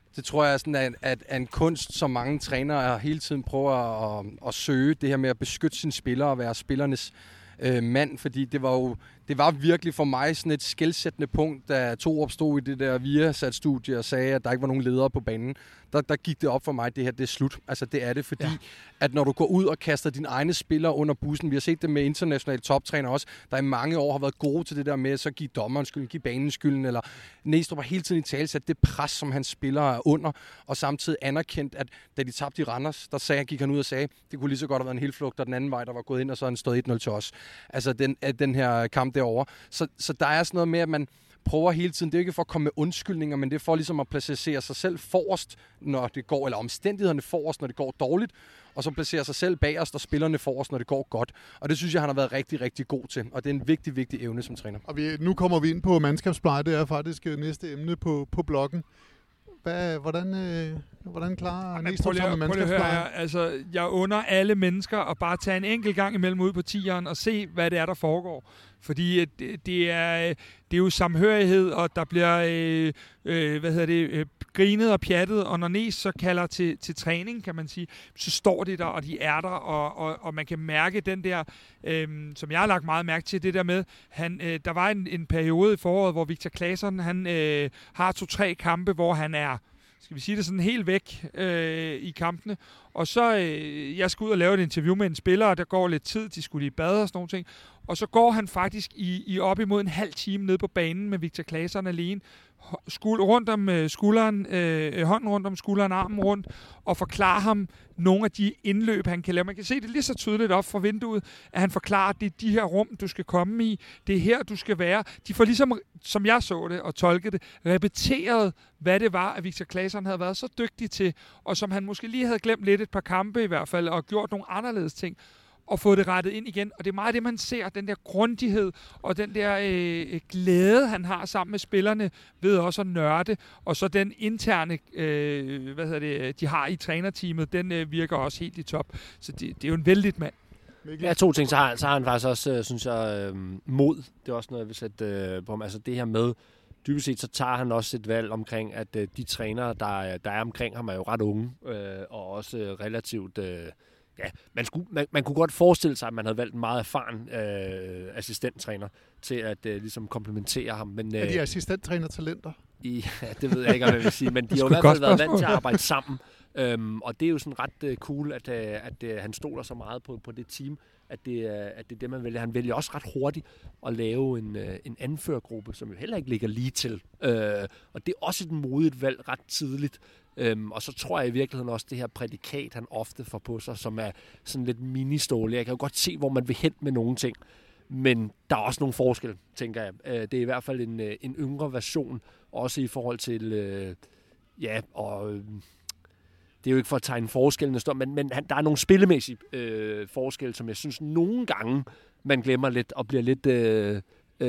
Det tror jeg er sådan, at, at, at en kunst, som mange trænere hele tiden prøver at, at, at søge, det her med at beskytte sine spillere og være spillernes øh, mand, fordi det var jo det var virkelig for mig sådan et skelsættende punkt, da to opstod i det der Viasat-studie og sagde, at der ikke var nogen ledere på banen. Der, der gik det op for mig, at det her det er slut. Altså det er det, fordi ja. at når du går ud og kaster dine egne spillere under bussen, vi har set det med internationale toptræner også, der i mange år har været gode til det der med, så give dommeren skylden, give banen skylden, eller Næstrup har hele tiden i talesat det pres, som hans spillere er under, og samtidig anerkendt, at da de tabte i Randers, der sagde, gik han ud og sagde, det kunne lige så godt have været en helflugt, og den anden vej, der var gået ind, og så han stået et nul til os. Altså den, den her kamp derovre. Så, så der er sådan noget med, at man prøver hele tiden, det er ikke for at komme med undskyldninger, men det er for ligesom at placere sig selv forrest, når det går, eller omstændighederne forrest, når det går dårligt, og så placere sig selv bagerst og spillerne forrest, når det går godt. Og det synes jeg, han har været rigtig, rigtig god til, og det er en vigtig, vigtig evne som træner. Og vi, nu kommer vi ind på mandskabspleje, det er faktisk næste emne på, på bloggen. Hvad, hvordan, øh, hvordan klarer Næstrup sig med mandskabspleje? Altså, jeg under alle mennesker at bare tage en enkelt gang imellem ud på tieren og se, hvad det er, der foregår. Fordi det, det, er, det er jo samhørighed, og der bliver øh, øh, hvad hedder det, øh, grinet og pjattet, og når Næs så kalder til, til træning, kan man sige, så står de der, og de er der, og, og, og man kan mærke den der, øh, som jeg har lagt meget mærke til, det der med, han, øh, der var en, en periode i foråret, hvor Victor Claesson, han øh, har to-tre kampe, hvor han er, skal vi sige det sådan, helt væk øh, i kampene. Og så, øh, jeg skal ud og lave et interview med en spiller, og der går lidt tid, de skulle lige bade og sådan nogle ting. Og så går han faktisk i, i op imod en halv time ned på banen med Victor Claesson alene, skuld, rundt om øh, skulderen, øh, hånden rundt om skulderen, armen rundt, og forklarer ham nogle af de indløb, han kan lave. Man kan se det lige så tydeligt op fra vinduet, at han forklarer, at det er de her rum, du skal komme i, det er her, du skal være. De får ligesom, som jeg så det og tolkede det, repeteret, hvad det var, at Victor Claesson havde været så dygtig til, og som han måske lige havde glemt lidt et par kampe i hvert fald, og gjort nogle anderledes ting, og få det rettet ind igen. Og det er meget det, man ser, den der grundighed og den der øh, glæde, han har sammen med spillerne ved også at nørde. Og så den interne, øh, hvad hedder det, de har i trænerteamet, den øh, virker også helt i top. Så det, det er jo en vældigt mand. Ja, to ting. Så har, så har han faktisk også, synes jeg, øh, mod. Det er også noget, jeg vil sætte øh, på ham. Altså det her med, dybest set, så tager han også et valg omkring, at øh, de trænere, der, der er omkring ham, er jo ret unge, øh, og også øh, relativt... Øh, Ja, man, skulle, man, man kunne godt forestille sig, at man havde valgt en meget erfaren øh, assistenttræner til at øh, ligesom komplementere ham. Men, øh, er de assistenttræner-talenter? I, ja, det ved jeg ikke, om jeg vil sige, men de har jo i hvert fald været vant til at arbejde sammen. Øhm, og det er jo sådan ret øh, cool, at, øh, at øh, han stoler så meget på, på det team, at det, øh, at det er det, man vælger. Han vælger også ret hurtigt at lave en, øh, en anførergruppe, som jo heller ikke ligger lige til. Øh, og det er også et modigt valg ret tidligt. Øhm, og så tror jeg i virkeligheden også det her prædikat, han ofte får på sig, som er sådan lidt ministålig. Jeg kan jo godt se, hvor man vil hen med nogle ting, men der er også nogle forskelle, tænker jeg. Øh, det er i hvert fald en, en yngre version, også i forhold til, øh, ja, og øh, det er jo ikke for at tegne forskellene, men, men han, der er nogle spillemæssige øh, forskelle, som jeg synes nogle gange, man glemmer lidt og bliver lidt... Øh,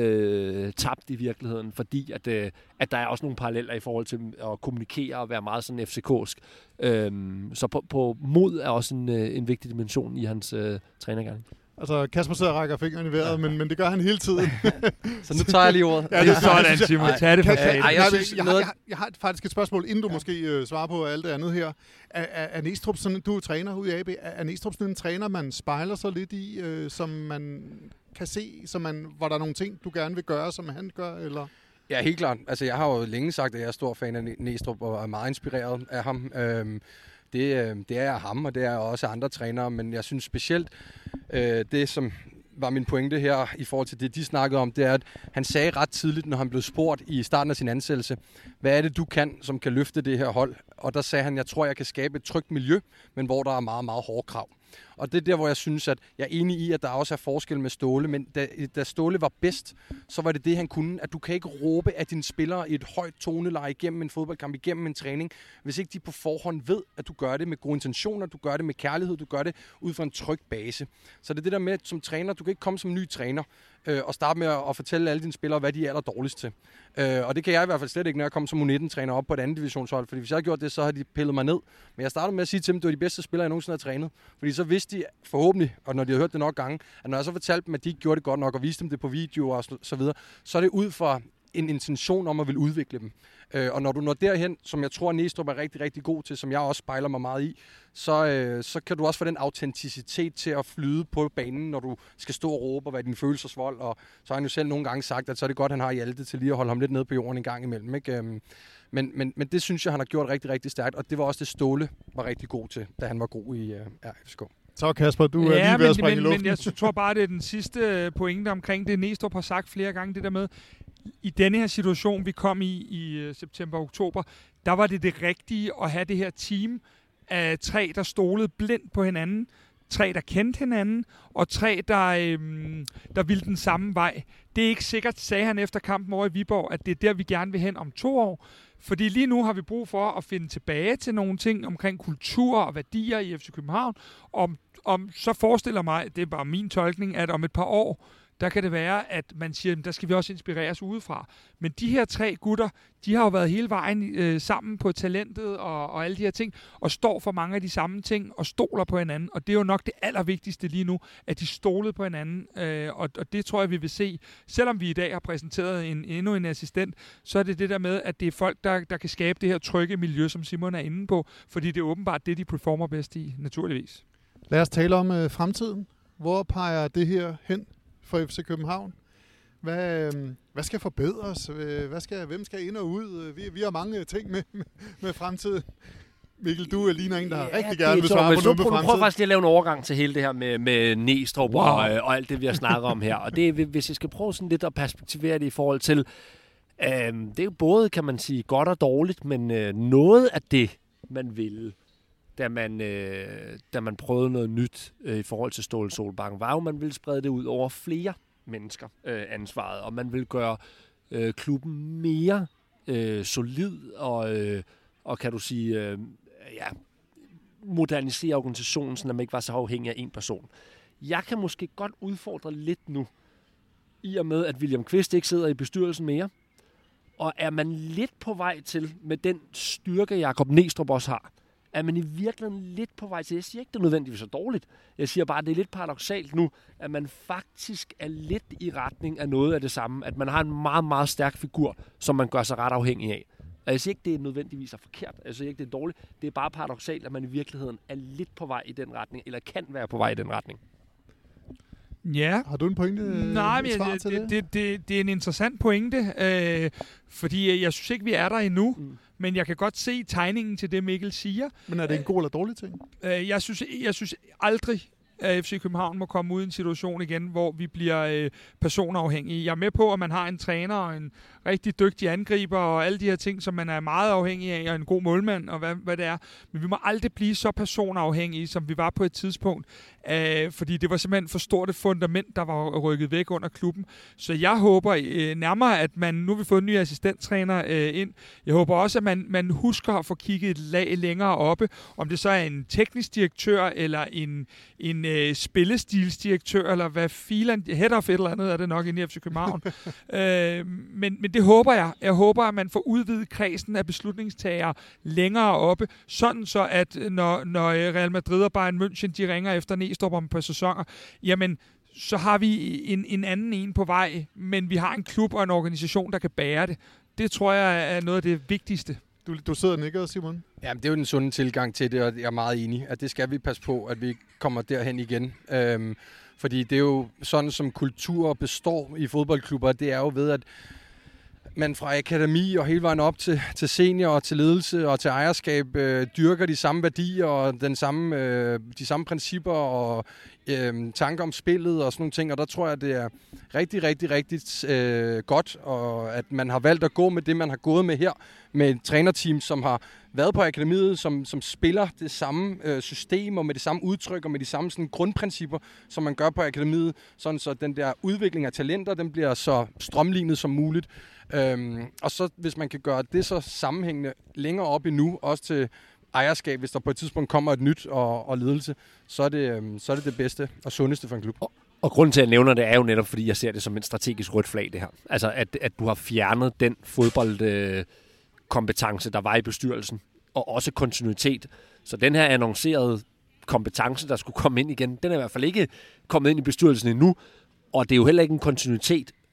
Øh, tabt i virkeligheden, fordi at, øh, at der er også nogle paralleller i forhold til at kommunikere og være meget sådan F C K'sk. Øhm, så på, på mod er også en, øh, en vigtig dimension i hans øh, trænergerning. Altså, Kasper sidder og rækker fingrene i vejret, ja. men, men det gør han hele tiden. Så nu tager jeg lige ordet. Ja, det er sådan, Simon. Tag det for jeg, jeg, jeg, jeg, jeg, jeg, jeg har faktisk et spørgsmål, inden du ja. måske øh, svarer på alt det andet her. Er, er, er Næstrup sådan, du er træner ude i A B, er, er Næstrup sådan en træner, man spejler sig lidt i, øh, som man kan se, som man, hvor der er nogle ting, du gerne vil gøre, som han gør, eller... Ja, helt klart. Altså, jeg har jo længe sagt, at jeg er stor fan af Næstrup og er meget inspireret af ham. Øhm, det, det er ham, og det er også andre trænere, men jeg synes specielt, øh, det som var min pointe her i forhold til det, de snakkede om, det er, at han sagde ret tidligt, når han blev spurgt i starten af sin ansættelse, hvad er det, du kan, som kan løfte det her hold? Og der sagde han, jeg tror, jeg kan skabe et trygt miljø, men hvor der er meget, meget hårde krav. Og det er der, hvor jeg synes, at jeg er enig i, at der også er forskel med Ståle, men da, da Ståle var bedst, så var det det, han kunne, at du kan ikke råbe af dine spillere i et højt toneleje igennem en fodboldkamp, igennem en træning, hvis ikke de på forhånd ved, at du gør det med gode intentioner, du gør det med kærlighed, du gør det ud fra en tryg base. Så det er det der med, at som træner, du kan ikke komme som ny træner øh, og starte med at, at fortælle alle dine spillere, hvad de er aller dårligst til. Øh, og det kan jeg i hvert fald slet ikke, når jeg kommer som U nitten-træner op på et andet divisionshold, fordi hvis jeg havde gjort det, så har de pillet mig ned. Men jeg startede med at sige til dem, at det var de bedste spillere, jeg nogensinde har trænet. Fordi så vidste de forhåbentlig, og når de har hørt det nok gange, at når jeg så fortalte dem, at de ikke gjorde det godt nok, og viste dem det på video og så videre, så er det ud fra en intention om at vil udvikle dem. Øh, og når du når derhen, som jeg tror, Næstrup er rigtig, rigtig god til, som jeg også spejler mig meget i, så, øh, så kan du også få den autenticitet til at flyde på banen, når du skal stå og råbe og være din følelsesvold. Og så har han jo selv nogle gange sagt, at så er det godt, han har Hjalte til lige at holde ham lidt nede på jorden en gang imellem. Ikke? Øhm, men, men, men det synes jeg, han har gjort rigtig, rigtig stærkt, og det var også det Ståle var rigtig god til, da han var god i øh, R F C K. Så Kasper, du er ja, lige ved men, at springe men, i luften. men jeg tror bare, det er den sidste pointe omkring det, Næstrup har sagt flere gange, det der med, i denne her situation, vi kom i i uh, september-oktober, der var det det rigtige at have det her team af tre, der stolede blindt på hinanden, tre, der kendte hinanden, og tre, der, øhm, der ville den samme vej. Det er ikke sikkert, sagde han efter kampen over i Viborg, at det er der, vi gerne vil hen om to år. Fordi lige nu har vi brug for at finde tilbage til nogle ting omkring kultur og værdier i F C København. Om, om så forestiller mig, det er bare min tolkning, at om et par år, der kan det være, at man siger, at der skal vi også inspireres udefra. Men de her tre gutter, de har jo været hele vejen øh, sammen på talentet og, og alle de her ting, og står for mange af de samme ting, og stoler på hinanden. Og det er jo nok det allervigtigste lige nu, at de stolede på hinanden. Øh, og, og det tror jeg, vi vil se. Selvom vi i dag har præsenteret en, endnu en assistent, så er det det der med, at det er folk, der, der kan skabe det her trygge miljø, som Simon er inde på. Fordi det er åbenbart det, de performer bedst i, naturligvis. Lad os tale om øh, fremtiden. Hvor peger det her hen for F C København? Hvad, øh, hvad skal forbedres? Hvad skal, hvem skal ind og ud? Vi, vi har mange ting med, med, med fremtiden. Mikkel, du er ligner en, der ja, rigtig gerne vil svare på noget med fremtiden. Prøv faktisk lige at lave en overgang til hele det her med, med Næstrup wow. og, og alt det, vi har snakket om her. Og det er, hvis jeg skal prøve sådan lidt at perspektivere det i forhold til, øh, det er jo både, kan man sige, godt og dårligt, men øh, noget af det, man ville, da man, øh, da man prøvede noget nyt øh, i forhold til Ståle Solbakken, var jo, at man ville sprede det ud over flere mennesker, øh, ansvaret, og man ville gøre øh, klubben mere øh, solid og, øh, og kan du sige, øh, ja, modernisere organisationen, så man ikke var så afhængig af en person. Jeg kan måske godt udfordre lidt nu, i og med, at William Kvist ikke sidder i bestyrelsen mere, og er man lidt på vej til, med den styrke, Jakob Næstrup også har, er man i virkeligheden lidt på vej til, jeg siger ikke, det er nødvendigvis så dårligt, jeg siger bare, at det er lidt paradoksalt nu, at man faktisk er lidt i retning af noget af det samme, at man har en meget, meget stærk figur, som man gør sig ret afhængig af. Og jeg siger ikke, det er nødvendigvis er forkert, jeg siger ikke, det er dårligt, det er bare paradoksalt, at man i virkeligheden er lidt på vej i den retning, eller kan være på vej i den retning. Ja. Har du en pointe? Nej, men det, det, det, det, det er en interessant pointe, øh, fordi jeg synes ikke, vi er der endnu, mm. men jeg kan godt se tegningen til det, Mikkel siger. Men er det en god eller dårlig ting? Øh, jeg, synes, jeg synes aldrig, at F C København må komme ud i en situation igen, hvor vi bliver øh, personafhængige. Jeg er med på, at man har en træner og en rigtig dygtig angriber og alle de her ting, som man er meget afhængig af, og en god målmand og hvad, hvad det er. Men vi må aldrig blive så personafhængige, som vi var på et tidspunkt. Øh, fordi det var simpelthen for stort et fundament, der var rykket væk under klubben. Så jeg håber øh, nærmere, at man, nu har vi fået en ny assistenttræner øh, ind. Jeg håber også, at man, man husker at få kigget et lag længere oppe. Om det så er en teknisk direktør, eller en, en øh, spillestilsdirektør, eller hvad filen, head of et eller andet er det nok inde i F C København. øh, men, men det håber jeg. Jeg håber, at man får udvidet kredsen af beslutningstagere længere oppe, sådan så at når, når Real Madrid og Bayern München, de ringer efter Næstrup om på sæsoner, jamen, så har vi en, en anden en på vej, men vi har en klub og en organisation, der kan bære det. Det tror jeg er noget af det vigtigste. Du, du sidder og nikker, Simon. Jamen, det er jo den sunde tilgang til det, og jeg er meget enig, at det skal vi passe på, at vi kommer derhen igen. Øhm, fordi det er jo sådan, som kultur består i fodboldklubber, det er jo ved, at man fra akademi og hele vejen op til, til senior og til ledelse og til ejerskab øh, dyrker de samme værdier og den samme, øh, de samme principper og øh, tanker om spillet og sådan nogle ting. Og der tror jeg, det er rigtig, rigtig, rigtig øh, godt, og at man har valgt at gå med det, man har gået med her, med et trænerteam, som har været på akademiet, som, som spiller det samme øh, system og med det samme udtryk og med de samme sådan, grundprincipper, som man gør på akademiet, sådan så den der udvikling af talenter, den bliver så strømlignet som muligt. Øhm, og så hvis man kan gøre det så sammenhængende længere op endnu, også til ejerskab, hvis der på et tidspunkt kommer et nyt og, og ledelse, så er, det, øhm, så er det det bedste og sundeste for en klub. Og, og grunden til, at jeg nævner det, er jo netop, fordi jeg ser det som en strategisk rødt flag, det her. Altså, at, at du har fjernet den fodboldkompetence, øh, der var i bestyrelsen, og også kontinuitet. Så den her annoncerede kompetence, der skulle komme ind igen, den er i hvert fald ikke kommet ind i bestyrelsen endnu, og det er jo heller ikke en kontinuitet.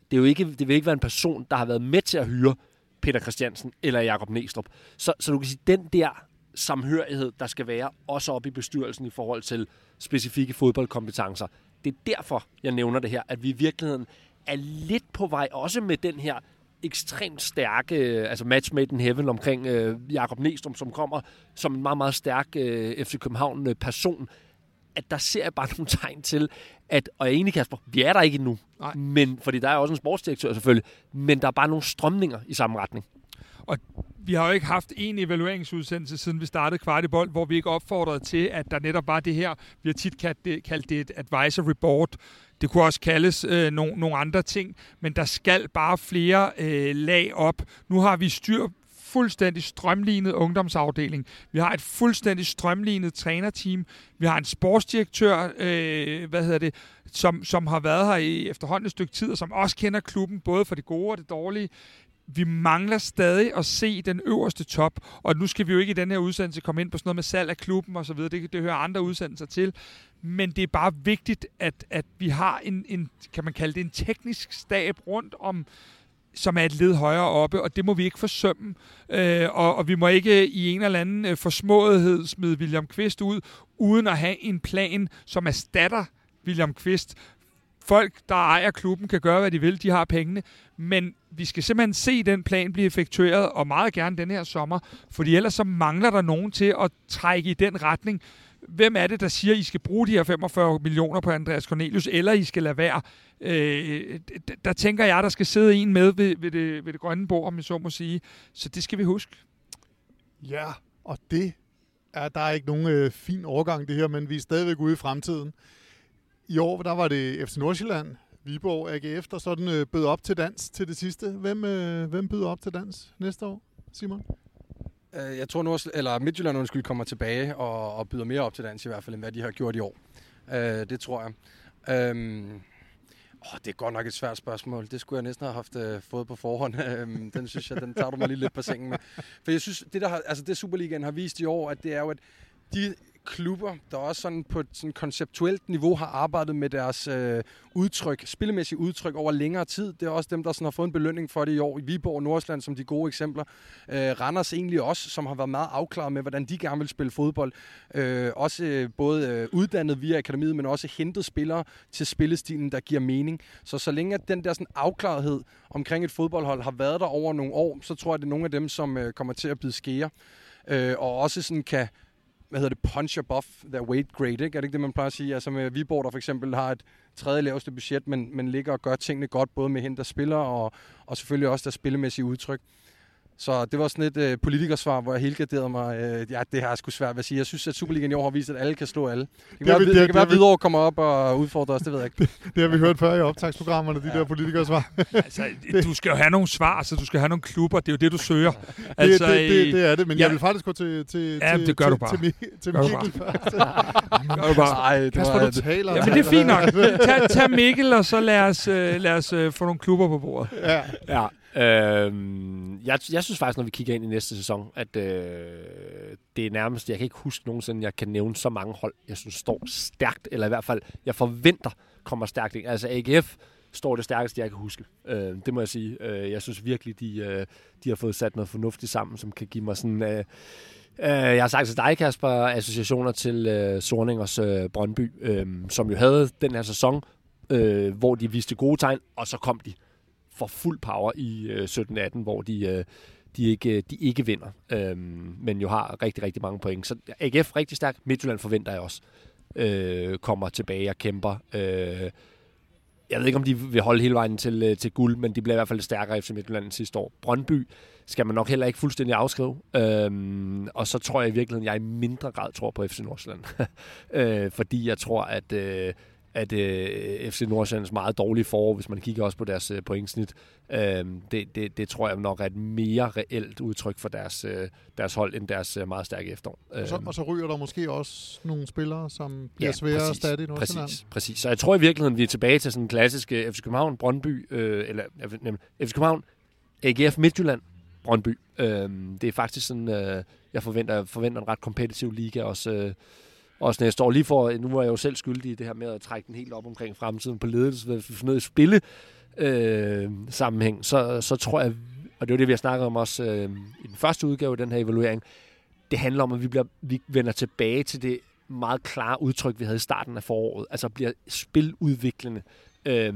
Det, er jo ikke, det vil ikke være en person, der har været med til at hyre Peter Christiansen eller Jakob Næstrup. Så, så du kan sige, den der samhørighed, der skal være, også op i bestyrelsen i forhold til specifikke fodboldkompetencer. Det er derfor, jeg nævner det her, at vi i virkeligheden er lidt på vej, også med den her ekstremt stærke, altså match made in heaven omkring øh, Jakob Næstrup, som kommer som en meget, meget stærk øh, F C København-person, at der ser jeg bare nogle tegn til, at, og jeg er enig, Kasper, vi er der ikke endnu, Nej. men, fordi der er også en sportsdirektør selvfølgelig, men der er bare nogle strømninger i samme retning. Og vi har jo ikke haft en evalueringsudsendelse, siden vi startede Kvart i Bold, hvor vi ikke opfordrede til, at der netop var det her, vi har tit kaldt det, kaldt det et advisory board. Det kunne også kaldes øh, nogle, nogle andre ting, men der skal bare flere øh, lag op. Nu har vi styr fuldstændig strømlignet ungdomsafdeling. Vi har et fuldstændig strømlignet trænerteam. Vi har en sportsdirektør, øh, hvad hedder det, som, som har været her i efterhånden et stykke tid, og som også kender klubben, både for det gode og det dårlige. Vi mangler stadig at se den øverste top, og nu skal vi jo ikke i den her udsendelse komme ind på sådan noget med salg af klubben og så videre. Det, det hører andre udsendelser til. Men det er bare vigtigt, at, at vi har en, en, kan man kalde det, en teknisk stab rundt om, som er et led højere oppe, og det må vi ikke forsømme. Øh, og, og vi må ikke i en eller anden øh, forsmåethed smide William Kvist ud, uden at have en plan, som erstatter William Kvist. Folk, der ejer klubben, kan gøre, hvad de vil. De har pengene. Men vi skal simpelthen se den plan blive effektueret, og meget gerne den her sommer. Fordi ellers så mangler der nogen til at trække i den retning. Hvem er det, der siger, at I skal bruge de her femogfyrre millioner på Andreas Cornelius, eller I skal lade være? Øh, der tænker jeg, der skal sidde en med ved, ved, det, ved det grønne bord, om jeg så må sige. Så det skal vi huske. Ja, og det er, der er ikke nogen øh, fin overgang det her, men vi er stadigvæk ude i fremtiden. I år, der var det F C Nordsjælland, Viborg, A G F, der sådan øh, bød op til dans til det sidste. Hvem, øh, hvem byder op til dans næste år, Simon? Jeg tror, Nords- eller Midtjylland undskyld, kommer tilbage og, og byder mere op til dans i hvert fald, end hvad de har gjort i år. Uh, det tror jeg. Um, oh, det er godt nok et svært spørgsmål. Det skulle jeg næsten have haft uh, fået på forhånd. Um, den synes jeg, den tager du mig lige lidt på sengen med. For jeg synes, det der har, altså det Superligaen har vist i år, at det er jo, at de klubber, der også sådan på et sådan konceptuelt niveau har arbejdet med deres øh, udtryk, spillemæssige udtryk over længere tid. Det er også dem, der sådan har fået en belønning for det i år. I Viborg og Nordsjælland som de gode eksempler. Øh, Randers egentlig også, som har været meget afklaret med, hvordan de gerne vil spille fodbold. Øh, også øh, både øh, uddannet via akademiet, men også hentet spillere til spillestilen, der giver mening. Så så længe at den der sådan afklarethed omkring et fodboldhold har været der over nogle år, så tror jeg, det er nogle af dem, som øh, kommer til at bide skære. Øh, og også sådan kan hvad hedder det, punch above their weight grade, ikke? Er det ikke det, man plejer at sige? Altså med Viborg, der for eksempel har et tredje laveste budget, men, men ligger og gør tingene godt, både med hende, der spiller, og, og selvfølgelig også der spillemæssige udtryk. Så det var sådan et øh, politikersvar, hvor jeg helgarderede mig. Øh, ja, det har jeg sgu svært ved at sige. Jeg synes, at Superligaen i år har vist, at alle kan slå alle. Det kan det, være, det, det, det kan være, at Hvidovre kommer op og udfordrer os, det ved jeg ikke. Det, det har vi hørt før i optagsprogrammerne, de ja. der politikersvar. Altså, du skal jo have nogle svar, så du skal have nogle klubber. Det er jo det, du søger. Det, altså, det, det, det, det er det, men ja. jeg vil faktisk gå til, til, ja, til, det gør til, du bare. til, til, til Mikkel først. Gør du bare. Ej, det Kasper, du taler. Ja, men det er fint nok. Tag, tag Mikkel, og så lad os, øh, lad os øh, få nogle klubber på bordet. Ja. Ja. Øhm, jeg, jeg synes faktisk, når vi kigger ind i næste sæson, at øh, det er nærmest, jeg kan ikke huske nogensinde, jeg kan nævne så mange hold, jeg synes står stærkt, eller i hvert fald, jeg forventer kommer stærkt ind. Altså A G F står det stærkeste, jeg kan huske. Øh, det må jeg sige. Øh, jeg synes virkelig, de, øh, de har fået sat noget fornuftigt sammen, som kan give mig sådan... Øh, øh, jeg har sagt til dig, Kasper, associationer til øh, Sorningers øh, Brøndby, øh, som jo havde den her sæson, øh, hvor de viste gode tegn, og så kom de for fuld power i øh, sytten atten, hvor de, øh, de, ikke, de ikke vinder, øh, men jo har rigtig, rigtig mange point. Så A G F rigtig stærk. Midtjylland forventer jeg også øh, kommer tilbage og kæmper. Øh, jeg ved ikke, om de vil holde hele vejen til, til guld, men de bliver i hvert fald stærkere efter Midtjylland end sidste år. Brøndby skal man nok heller ikke fuldstændig afskrive. Øh, og så tror jeg i virkeligheden, jeg i mindre grad tror på F C Nordsjælland. øh, fordi jeg tror, at øh, at øh, F C Nordsjællands meget dårlige forår, hvis man kigger også på deres øh, pointsnit, øh, det, det, det tror jeg nok er et mere reelt udtryk for deres, øh, deres hold, end deres øh, meget stærke efterår. Og så, og så ryger der måske også nogle spillere, som bliver ja, svære at stadig i Nordsjælland. Præcis, præcis. Så jeg tror i virkeligheden, vi er tilbage til sådan en klassisk F C København, Brøndby, øh, eller F C København, A G F Midtjylland, Brøndby. Øh, det er faktisk sådan, øh, jeg forventer, forventer en ret kompetitiv liga også, øh, Også næste år. Lige for, nu var jeg jo selv skyldig i det her med at trække den helt op omkring fremtiden på ledelse, hvis vi får ned i spille øh, sammenhæng, så, så tror jeg, og det er det, vi har snakket om også øh, i den første udgave af den her evaluering, det handler om, at vi, bliver, vi vender tilbage til det meget klare udtryk, vi havde i starten af foråret. Altså bliver spiludviklende øh,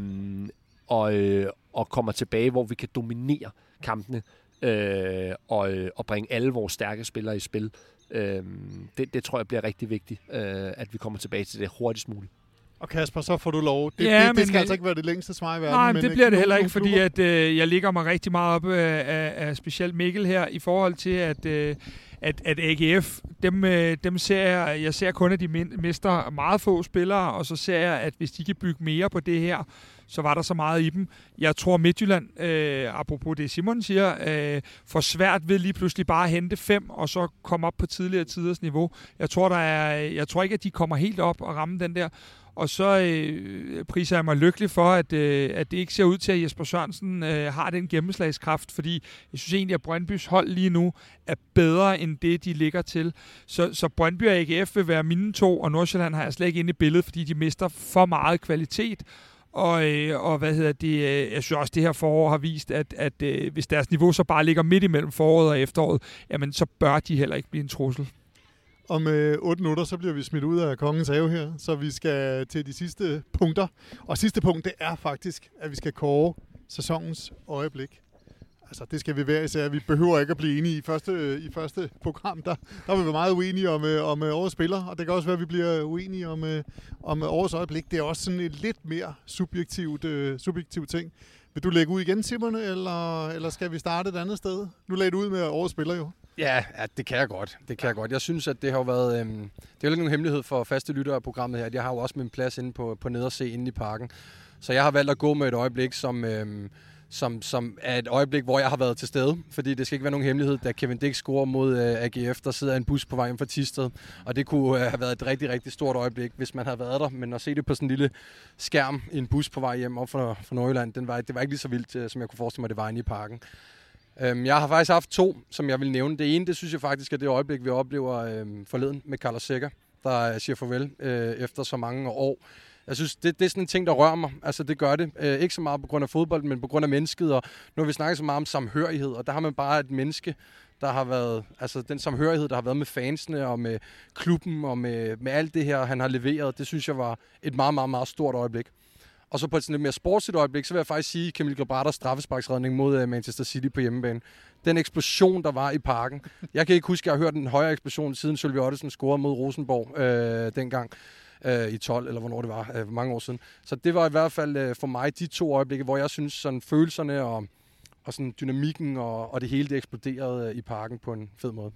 og, øh, og kommer tilbage, hvor vi kan dominere kampene øh, og, og bringe alle vores stærke spillere i spil. Øh, det, det tror jeg bliver rigtig vigtigt, øh, at vi kommer tilbage til det hurtigst muligt. Og Kasper, så får du lov. Det, ja, det, det skal altså ikke være det længste svar i verden. Nej, men det bliver det heller ikke, fordi klubber. at, øh, jeg ligger mig rigtig meget op af, af, af specielt Mikkel her, i forhold til, at, øh, at, at A G F, dem, øh, dem ser jeg, jeg ser kun, at de mister meget få spillere, og så ser jeg, at hvis de kan bygge mere på det her, så var der så meget i dem. Jeg tror Midtjylland, øh, apropos det Simon siger, øh, får svært ved lige pludselig bare at hente fem, og så komme op på tidligere tiders niveau. Jeg tror, der er, jeg tror ikke, at de kommer helt op og ramme den der. Og så øh, priser jeg mig lykkelig for, at, øh, at det ikke ser ud til, at Jesper Sørensen øh, har den gennemslagskraft, fordi jeg synes egentlig, at Brøndbys hold lige nu er bedre end det, de ligger til. Så, så Brøndby og A G F vil være mine to, og Nordsjælland har jeg slet ikke inde i billedet, fordi de mister for meget kvalitet. Og, øh, og hvad hedder det, øh, jeg synes også, det her forår har vist, at, at øh, hvis deres niveau så bare ligger midt imellem foråret og efteråret, jamen så bør de heller ikke blive en trussel. Om øh, otte minutter, så bliver vi smidt ud af Kongens Have her, så vi skal til de sidste punkter. Og sidste punkt, det er faktisk, at vi skal kåre sæsonens øjeblik. Altså, det skal vi være især. Vi behøver ikke at blive enige i første, i første program. Der, der vil vi være meget uenige om, om årets spiller, og det kan også være, at vi bliver uenige om, om årets øjeblik. Det er også sådan et lidt mere subjektivt, uh, subjektivt ting. Vil du lægge ud igen, Simon, eller, eller skal vi starte et andet sted? Nu lagde du ud med årets spiller jo. Ja, ja, det kan jeg godt. Det kan jeg godt. Jeg synes, at det har jo været... Øhm, det er jo ikke nogen hemmelighed for faste lyttere af programmet her, at jeg har jo også min plads inde på, på nederse inde i parken. Så jeg har valgt at gå med et øjeblik, som, øhm, som, som er et øjeblik, hvor jeg har været til stede. Fordi det skal ikke være nogen hemmelighed, da Kevin Dix scorer mod øh, A G F, der sidder en bus på vej hjem fra Thisted. Og det kunne øh, have været et rigtig, rigtig stort øjeblik, hvis man havde været der. Men at se det på sådan en lille skærm i en bus på vej hjem op fra, fra Nordjylland, den var, det var ikke lige så vildt, øh, som jeg kunne forestille mig, det var inde i parken. Jeg har faktisk haft to, som jeg vil nævne. Det ene, det synes jeg faktisk er det øjeblik, vi oplever øh, forleden med Carlos Seca, der siger farvel øh, efter så mange år. Jeg synes, det, det er sådan en ting, der rører mig. Altså, det gør det. Øh, ikke så meget på grund af fodbold, men på grund af mennesket. Og nu har vi snakket så meget om samhørighed, og der har man bare et menneske, der har været, altså den samhørighed, der har været med fansene og med klubben og med, med alt det her, han har leveret. Det synes jeg var et meget, meget, meget stort øjeblik. Og så på et sådan lidt mere sportsligt øjeblik, så vil jeg faktisk sige Kamil Grabatters straffesparksredning mod Manchester City på hjemmebane. Den eksplosion, der var i parken. Jeg kan ikke huske, at jeg har hørt en højere eksplosion, siden Sølvi Ottesen scorede mod Rosenborg øh, dengang øh, i tolv, eller hvornår det var, øh, mange år siden. Så det var i hvert fald øh, for mig de to øjeblikke, hvor jeg synes, sådan følelserne og, og sådan dynamikken og, og det hele det eksploderede øh, i parken på en fed måde.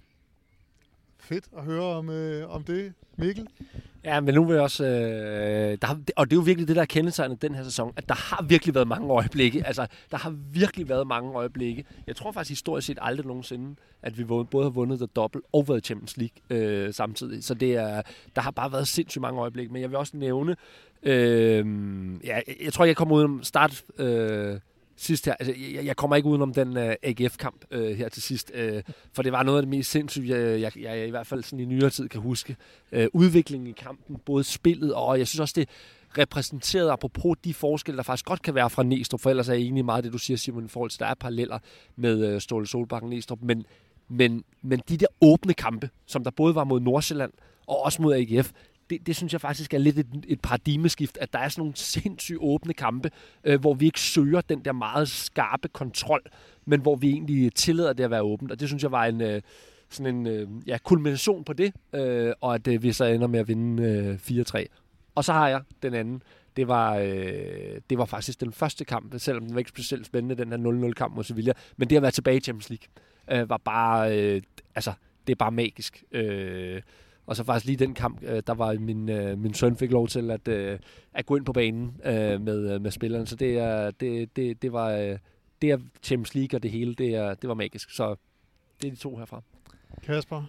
Fedt at høre om, øh, om det, Mikkel. Ja, men nu vil jeg også... Øh, der har, og det er jo virkelig det, der er kendetegnet den her sæson, at der har virkelig været mange øjeblikke. Altså, der har virkelig været mange øjeblikke. Jeg tror faktisk historisk set aldrig nogensinde, at vi både har vundet det dobbelt og været Champions League øh, samtidig. Så det er, der har bare været sindssygt mange øjeblikke. Men jeg vil også nævne... Øh, ja, jeg tror, jeg kommer ud om start... Øh, sidst her. Altså, jeg, jeg kommer ikke udenom den uh, A G F-kamp uh, her til sidst, uh, for det var noget af det mest sindssygt, jeg, jeg, jeg i hvert fald sådan i nyere tid kan huske. Uh, udviklingen i kampen, både spillet, og jeg synes også, det repræsenterede apropos de forskelle, der faktisk godt kan være fra Næstrup, for ellers er jeg enig i meget det, du siger, Simon, i forhold til, der er paralleller med uh, Ståle Solbakken Næstrup, men, men, men de der åbne kampe, som der både var mod Nordsjælland og også mod A G F, Det, det synes jeg faktisk er lidt et, et paradigmeskift, at der er sådan nogle sindssygt åbne kampe, øh, hvor vi ikke søger den der meget skarpe kontrol, men hvor vi egentlig tillader det at være åbent. Og det synes jeg var en øh, sådan en øh, ja, kulmination på det, øh, og at øh, vi så ender med at vinde øh, fire tre. Og så har jeg den anden. Det var, øh, det var faktisk den første kamp, selvom den var ikke specielt spændende, den her nul nul-kamp mod Sevilla. Men det at være tilbage i Champions League øh, var bare, øh, altså, det er bare magisk. Øh, Og så faktisk lige den kamp, der var min, min søn fik lov til at, at gå ind på banen med, med spillerne. Så det, er, det, det, det var det er Champions League og det hele, det, er, det var magisk. Så det er de to herfra. Kasper?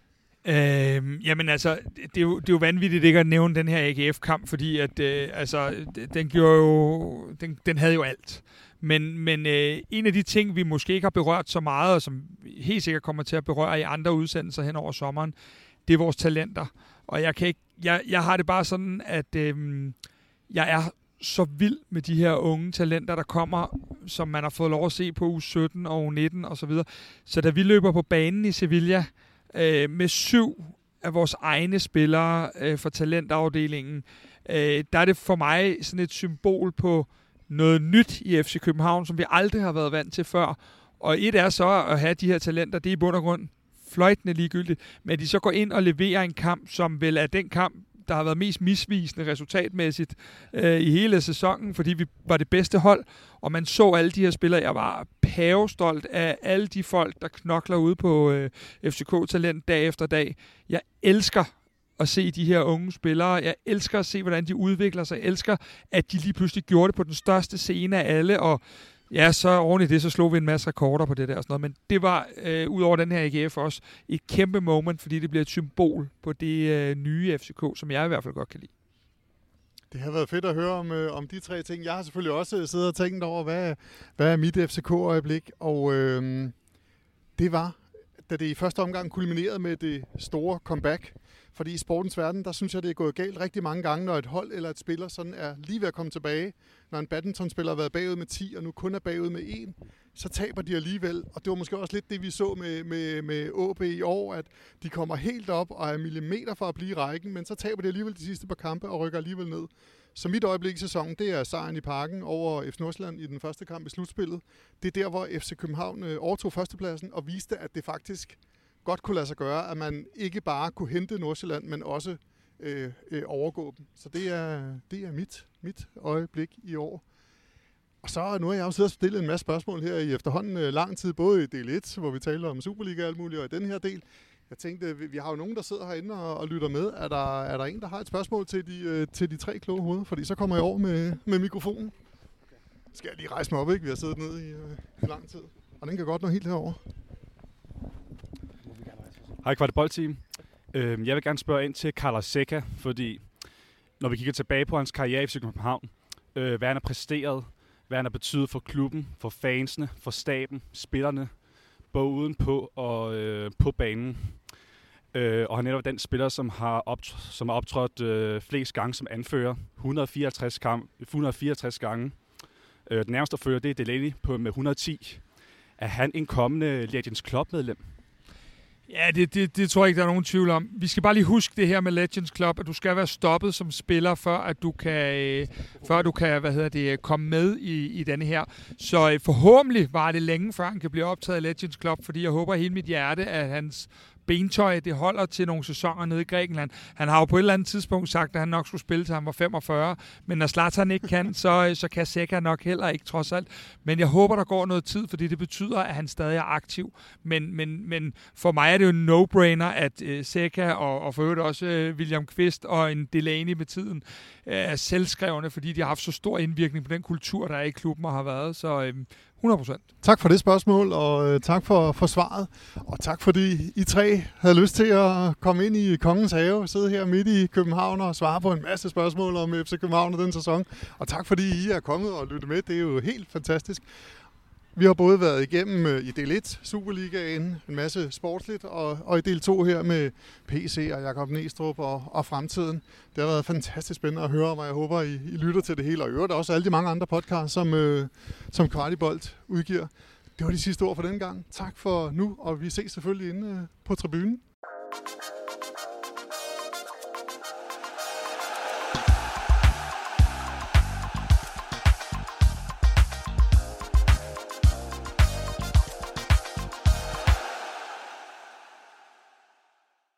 Øhm, jamen altså, det er, jo, det er jo vanvittigt ikke at nævne den her A G F-kamp, fordi at, øh, altså, den, gjorde jo, den, den havde jo alt. Men, men øh, en af de ting, vi måske ikke har berørt så meget, og som helt sikkert kommer til at berøre i andre udsendelser hen over sommeren, det er vores talenter. Og jeg kan ikke, jeg, jeg har det bare sådan, at øh, jeg er så vild med de her unge talenter, der kommer, som man har fået lov at se på U sytten og U nitten og så videre. Så da vi løber på banen i Sevilla øh, med syv af vores egne spillere øh, for talentafdelingen, øh, der er det for mig sådan et symbol på noget nyt i F C København, som vi aldrig har været vant til før. Og et er så at have de her talenter, det er i bund og grund fløjtende ligegyldigt, men de så går ind og leverer en kamp, som vel er den kamp, der har været mest misvisende resultatmæssigt øh, i hele sæsonen, fordi vi var det bedste hold, og man så alle de her spillere. Jeg var pavestolt af alle de folk, der knokler ude på øh, F C K-talent dag efter dag. Jeg elsker at se de her unge spillere. Jeg elsker at se, hvordan de udvikler sig. Jeg elsker, at de lige pludselig gjorde det på den største scene af alle, og ja, så oven i det, så slog vi en masse rekorder på det der og sådan noget. Men det var, øh, ud over den her A G F også, et kæmpe moment, fordi det bliver et symbol på det øh, nye F C K, som jeg i hvert fald godt kan lide. Det har været fedt at høre om, øh, om de tre ting. Jeg har selvfølgelig også siddet og tænkt over, hvad, hvad er mit F C K-øjeblik? Og øh, det var, da det i første omgang kulminerede med det store comeback. Fordi i sportens verden, der synes jeg, det er gået galt rigtig mange gange, når et hold eller et spiller sådan er lige ved at komme tilbage. Når en badmintonspiller har været bagud med ti, og nu kun er bagud med en, så taber de alligevel. Og det var måske også lidt det, vi så med, med, med A B i år, at de kommer helt op og er millimeter for at blive i rækken, men så taber de alligevel de sidste par kampe og rykker alligevel ned. Så mit øjeblik i sæsonen, det er sejren i Parken over F C Nordsjælland i den første kamp i slutspillet. Det er der, hvor F C København overtog førstepladsen og viste, at det faktisk godt kunne lade sig gøre, at man ikke bare kunne hente Nordsjælland, men også øh, øh, overgå dem. Så det er, det er mit, mit øjeblik i år. Og så nu har jeg jo siddet og stillet en masse spørgsmål her i efterhånden øh, lang tid, både i del et, hvor vi taler om Superliga og alt muligt, og i den her del. Jeg tænkte, vi, vi har jo nogen, der sidder herinde og, og lytter med. Er der, er der en, der har et spørgsmål til de, øh, til de tre kloge hoveder? Fordi så kommer jeg over med, med mikrofonen. Skal jeg lige rejse mig op, ikke? Vi har siddet nede i, øh, i lang tid. Og den kan godt nå helt herover. Hej, Kvartiboldteam. Øh, jeg vil gerne spørge ind til Carlos Zeca, fordi når vi kigger tilbage på hans karriere i F C København, øh, hvad han har præsteret, hvad han har betydet for klubben, for fansene, for staben, spillerne, både udenpå og øh, på banen. Øh, og han er netop den spiller, som har, opt- som har optrådt øh, flest gange som anfører, et hundrede og fireoghalvtreds, kam- et hundrede og fireoghalvtreds gange. Øh, den nærmeste fører, det er Delaney på, med et hundrede og ti. Er han en kommende Legends Club-medlem? Ja, det, det, det tror jeg ikke, der er nogen tvivl om. Vi skal bare lige huske det her med Legends Club, at du skal være stoppet som spiller, før at du kan, før du kan hvad hedder det, komme med i, i denne her. Så forhåbentlig var det længe, før han kan blive optaget af Legends Club, fordi jeg håber hele mit hjerte, at hans bentøj, det holder til nogle sæsoner nede i Grækenland. Han har jo på et eller andet tidspunkt sagt, at han nok skulle spille til han var femogfyrre, men når Zlatan ikke kan, så, så kan Zeca nok heller ikke, trods alt. Men jeg håber, der går noget tid, fordi det betyder, at han stadig er aktiv. Men, men, men for mig er det jo en no-brainer, at uh, Zeca og, og for øvrigt også uh, William Kvist og en Delaney med tiden uh, er selvskrevne, fordi de har haft så stor indvirkning på den kultur, der er i klubben og har været. Så uh, hundrede procent. Tak for det spørgsmål, og øh, tak for, for svaret. Og tak fordi I tre havde lyst til at komme ind i Kongens Have, sidde her midt i København og svare på en masse spørgsmål om F C København og den sæson. Og tak fordi I er kommet og lyttet med. Det er jo helt fantastisk. Vi har både været igennem i del et, Superligaen, en masse sportsligt, og, og i del to her med P C og Jakob Næstrup og, og fremtiden. Det har været fantastisk spændende at høre om, og jeg håber, I, I lytter til det hele, og i øvrigt også alle de mange andre podcasts, som, øh, som Kvartibold udgiver. Det var de sidste ord for den gang. Tak for nu, og vi ses selvfølgelig inde på tribunen.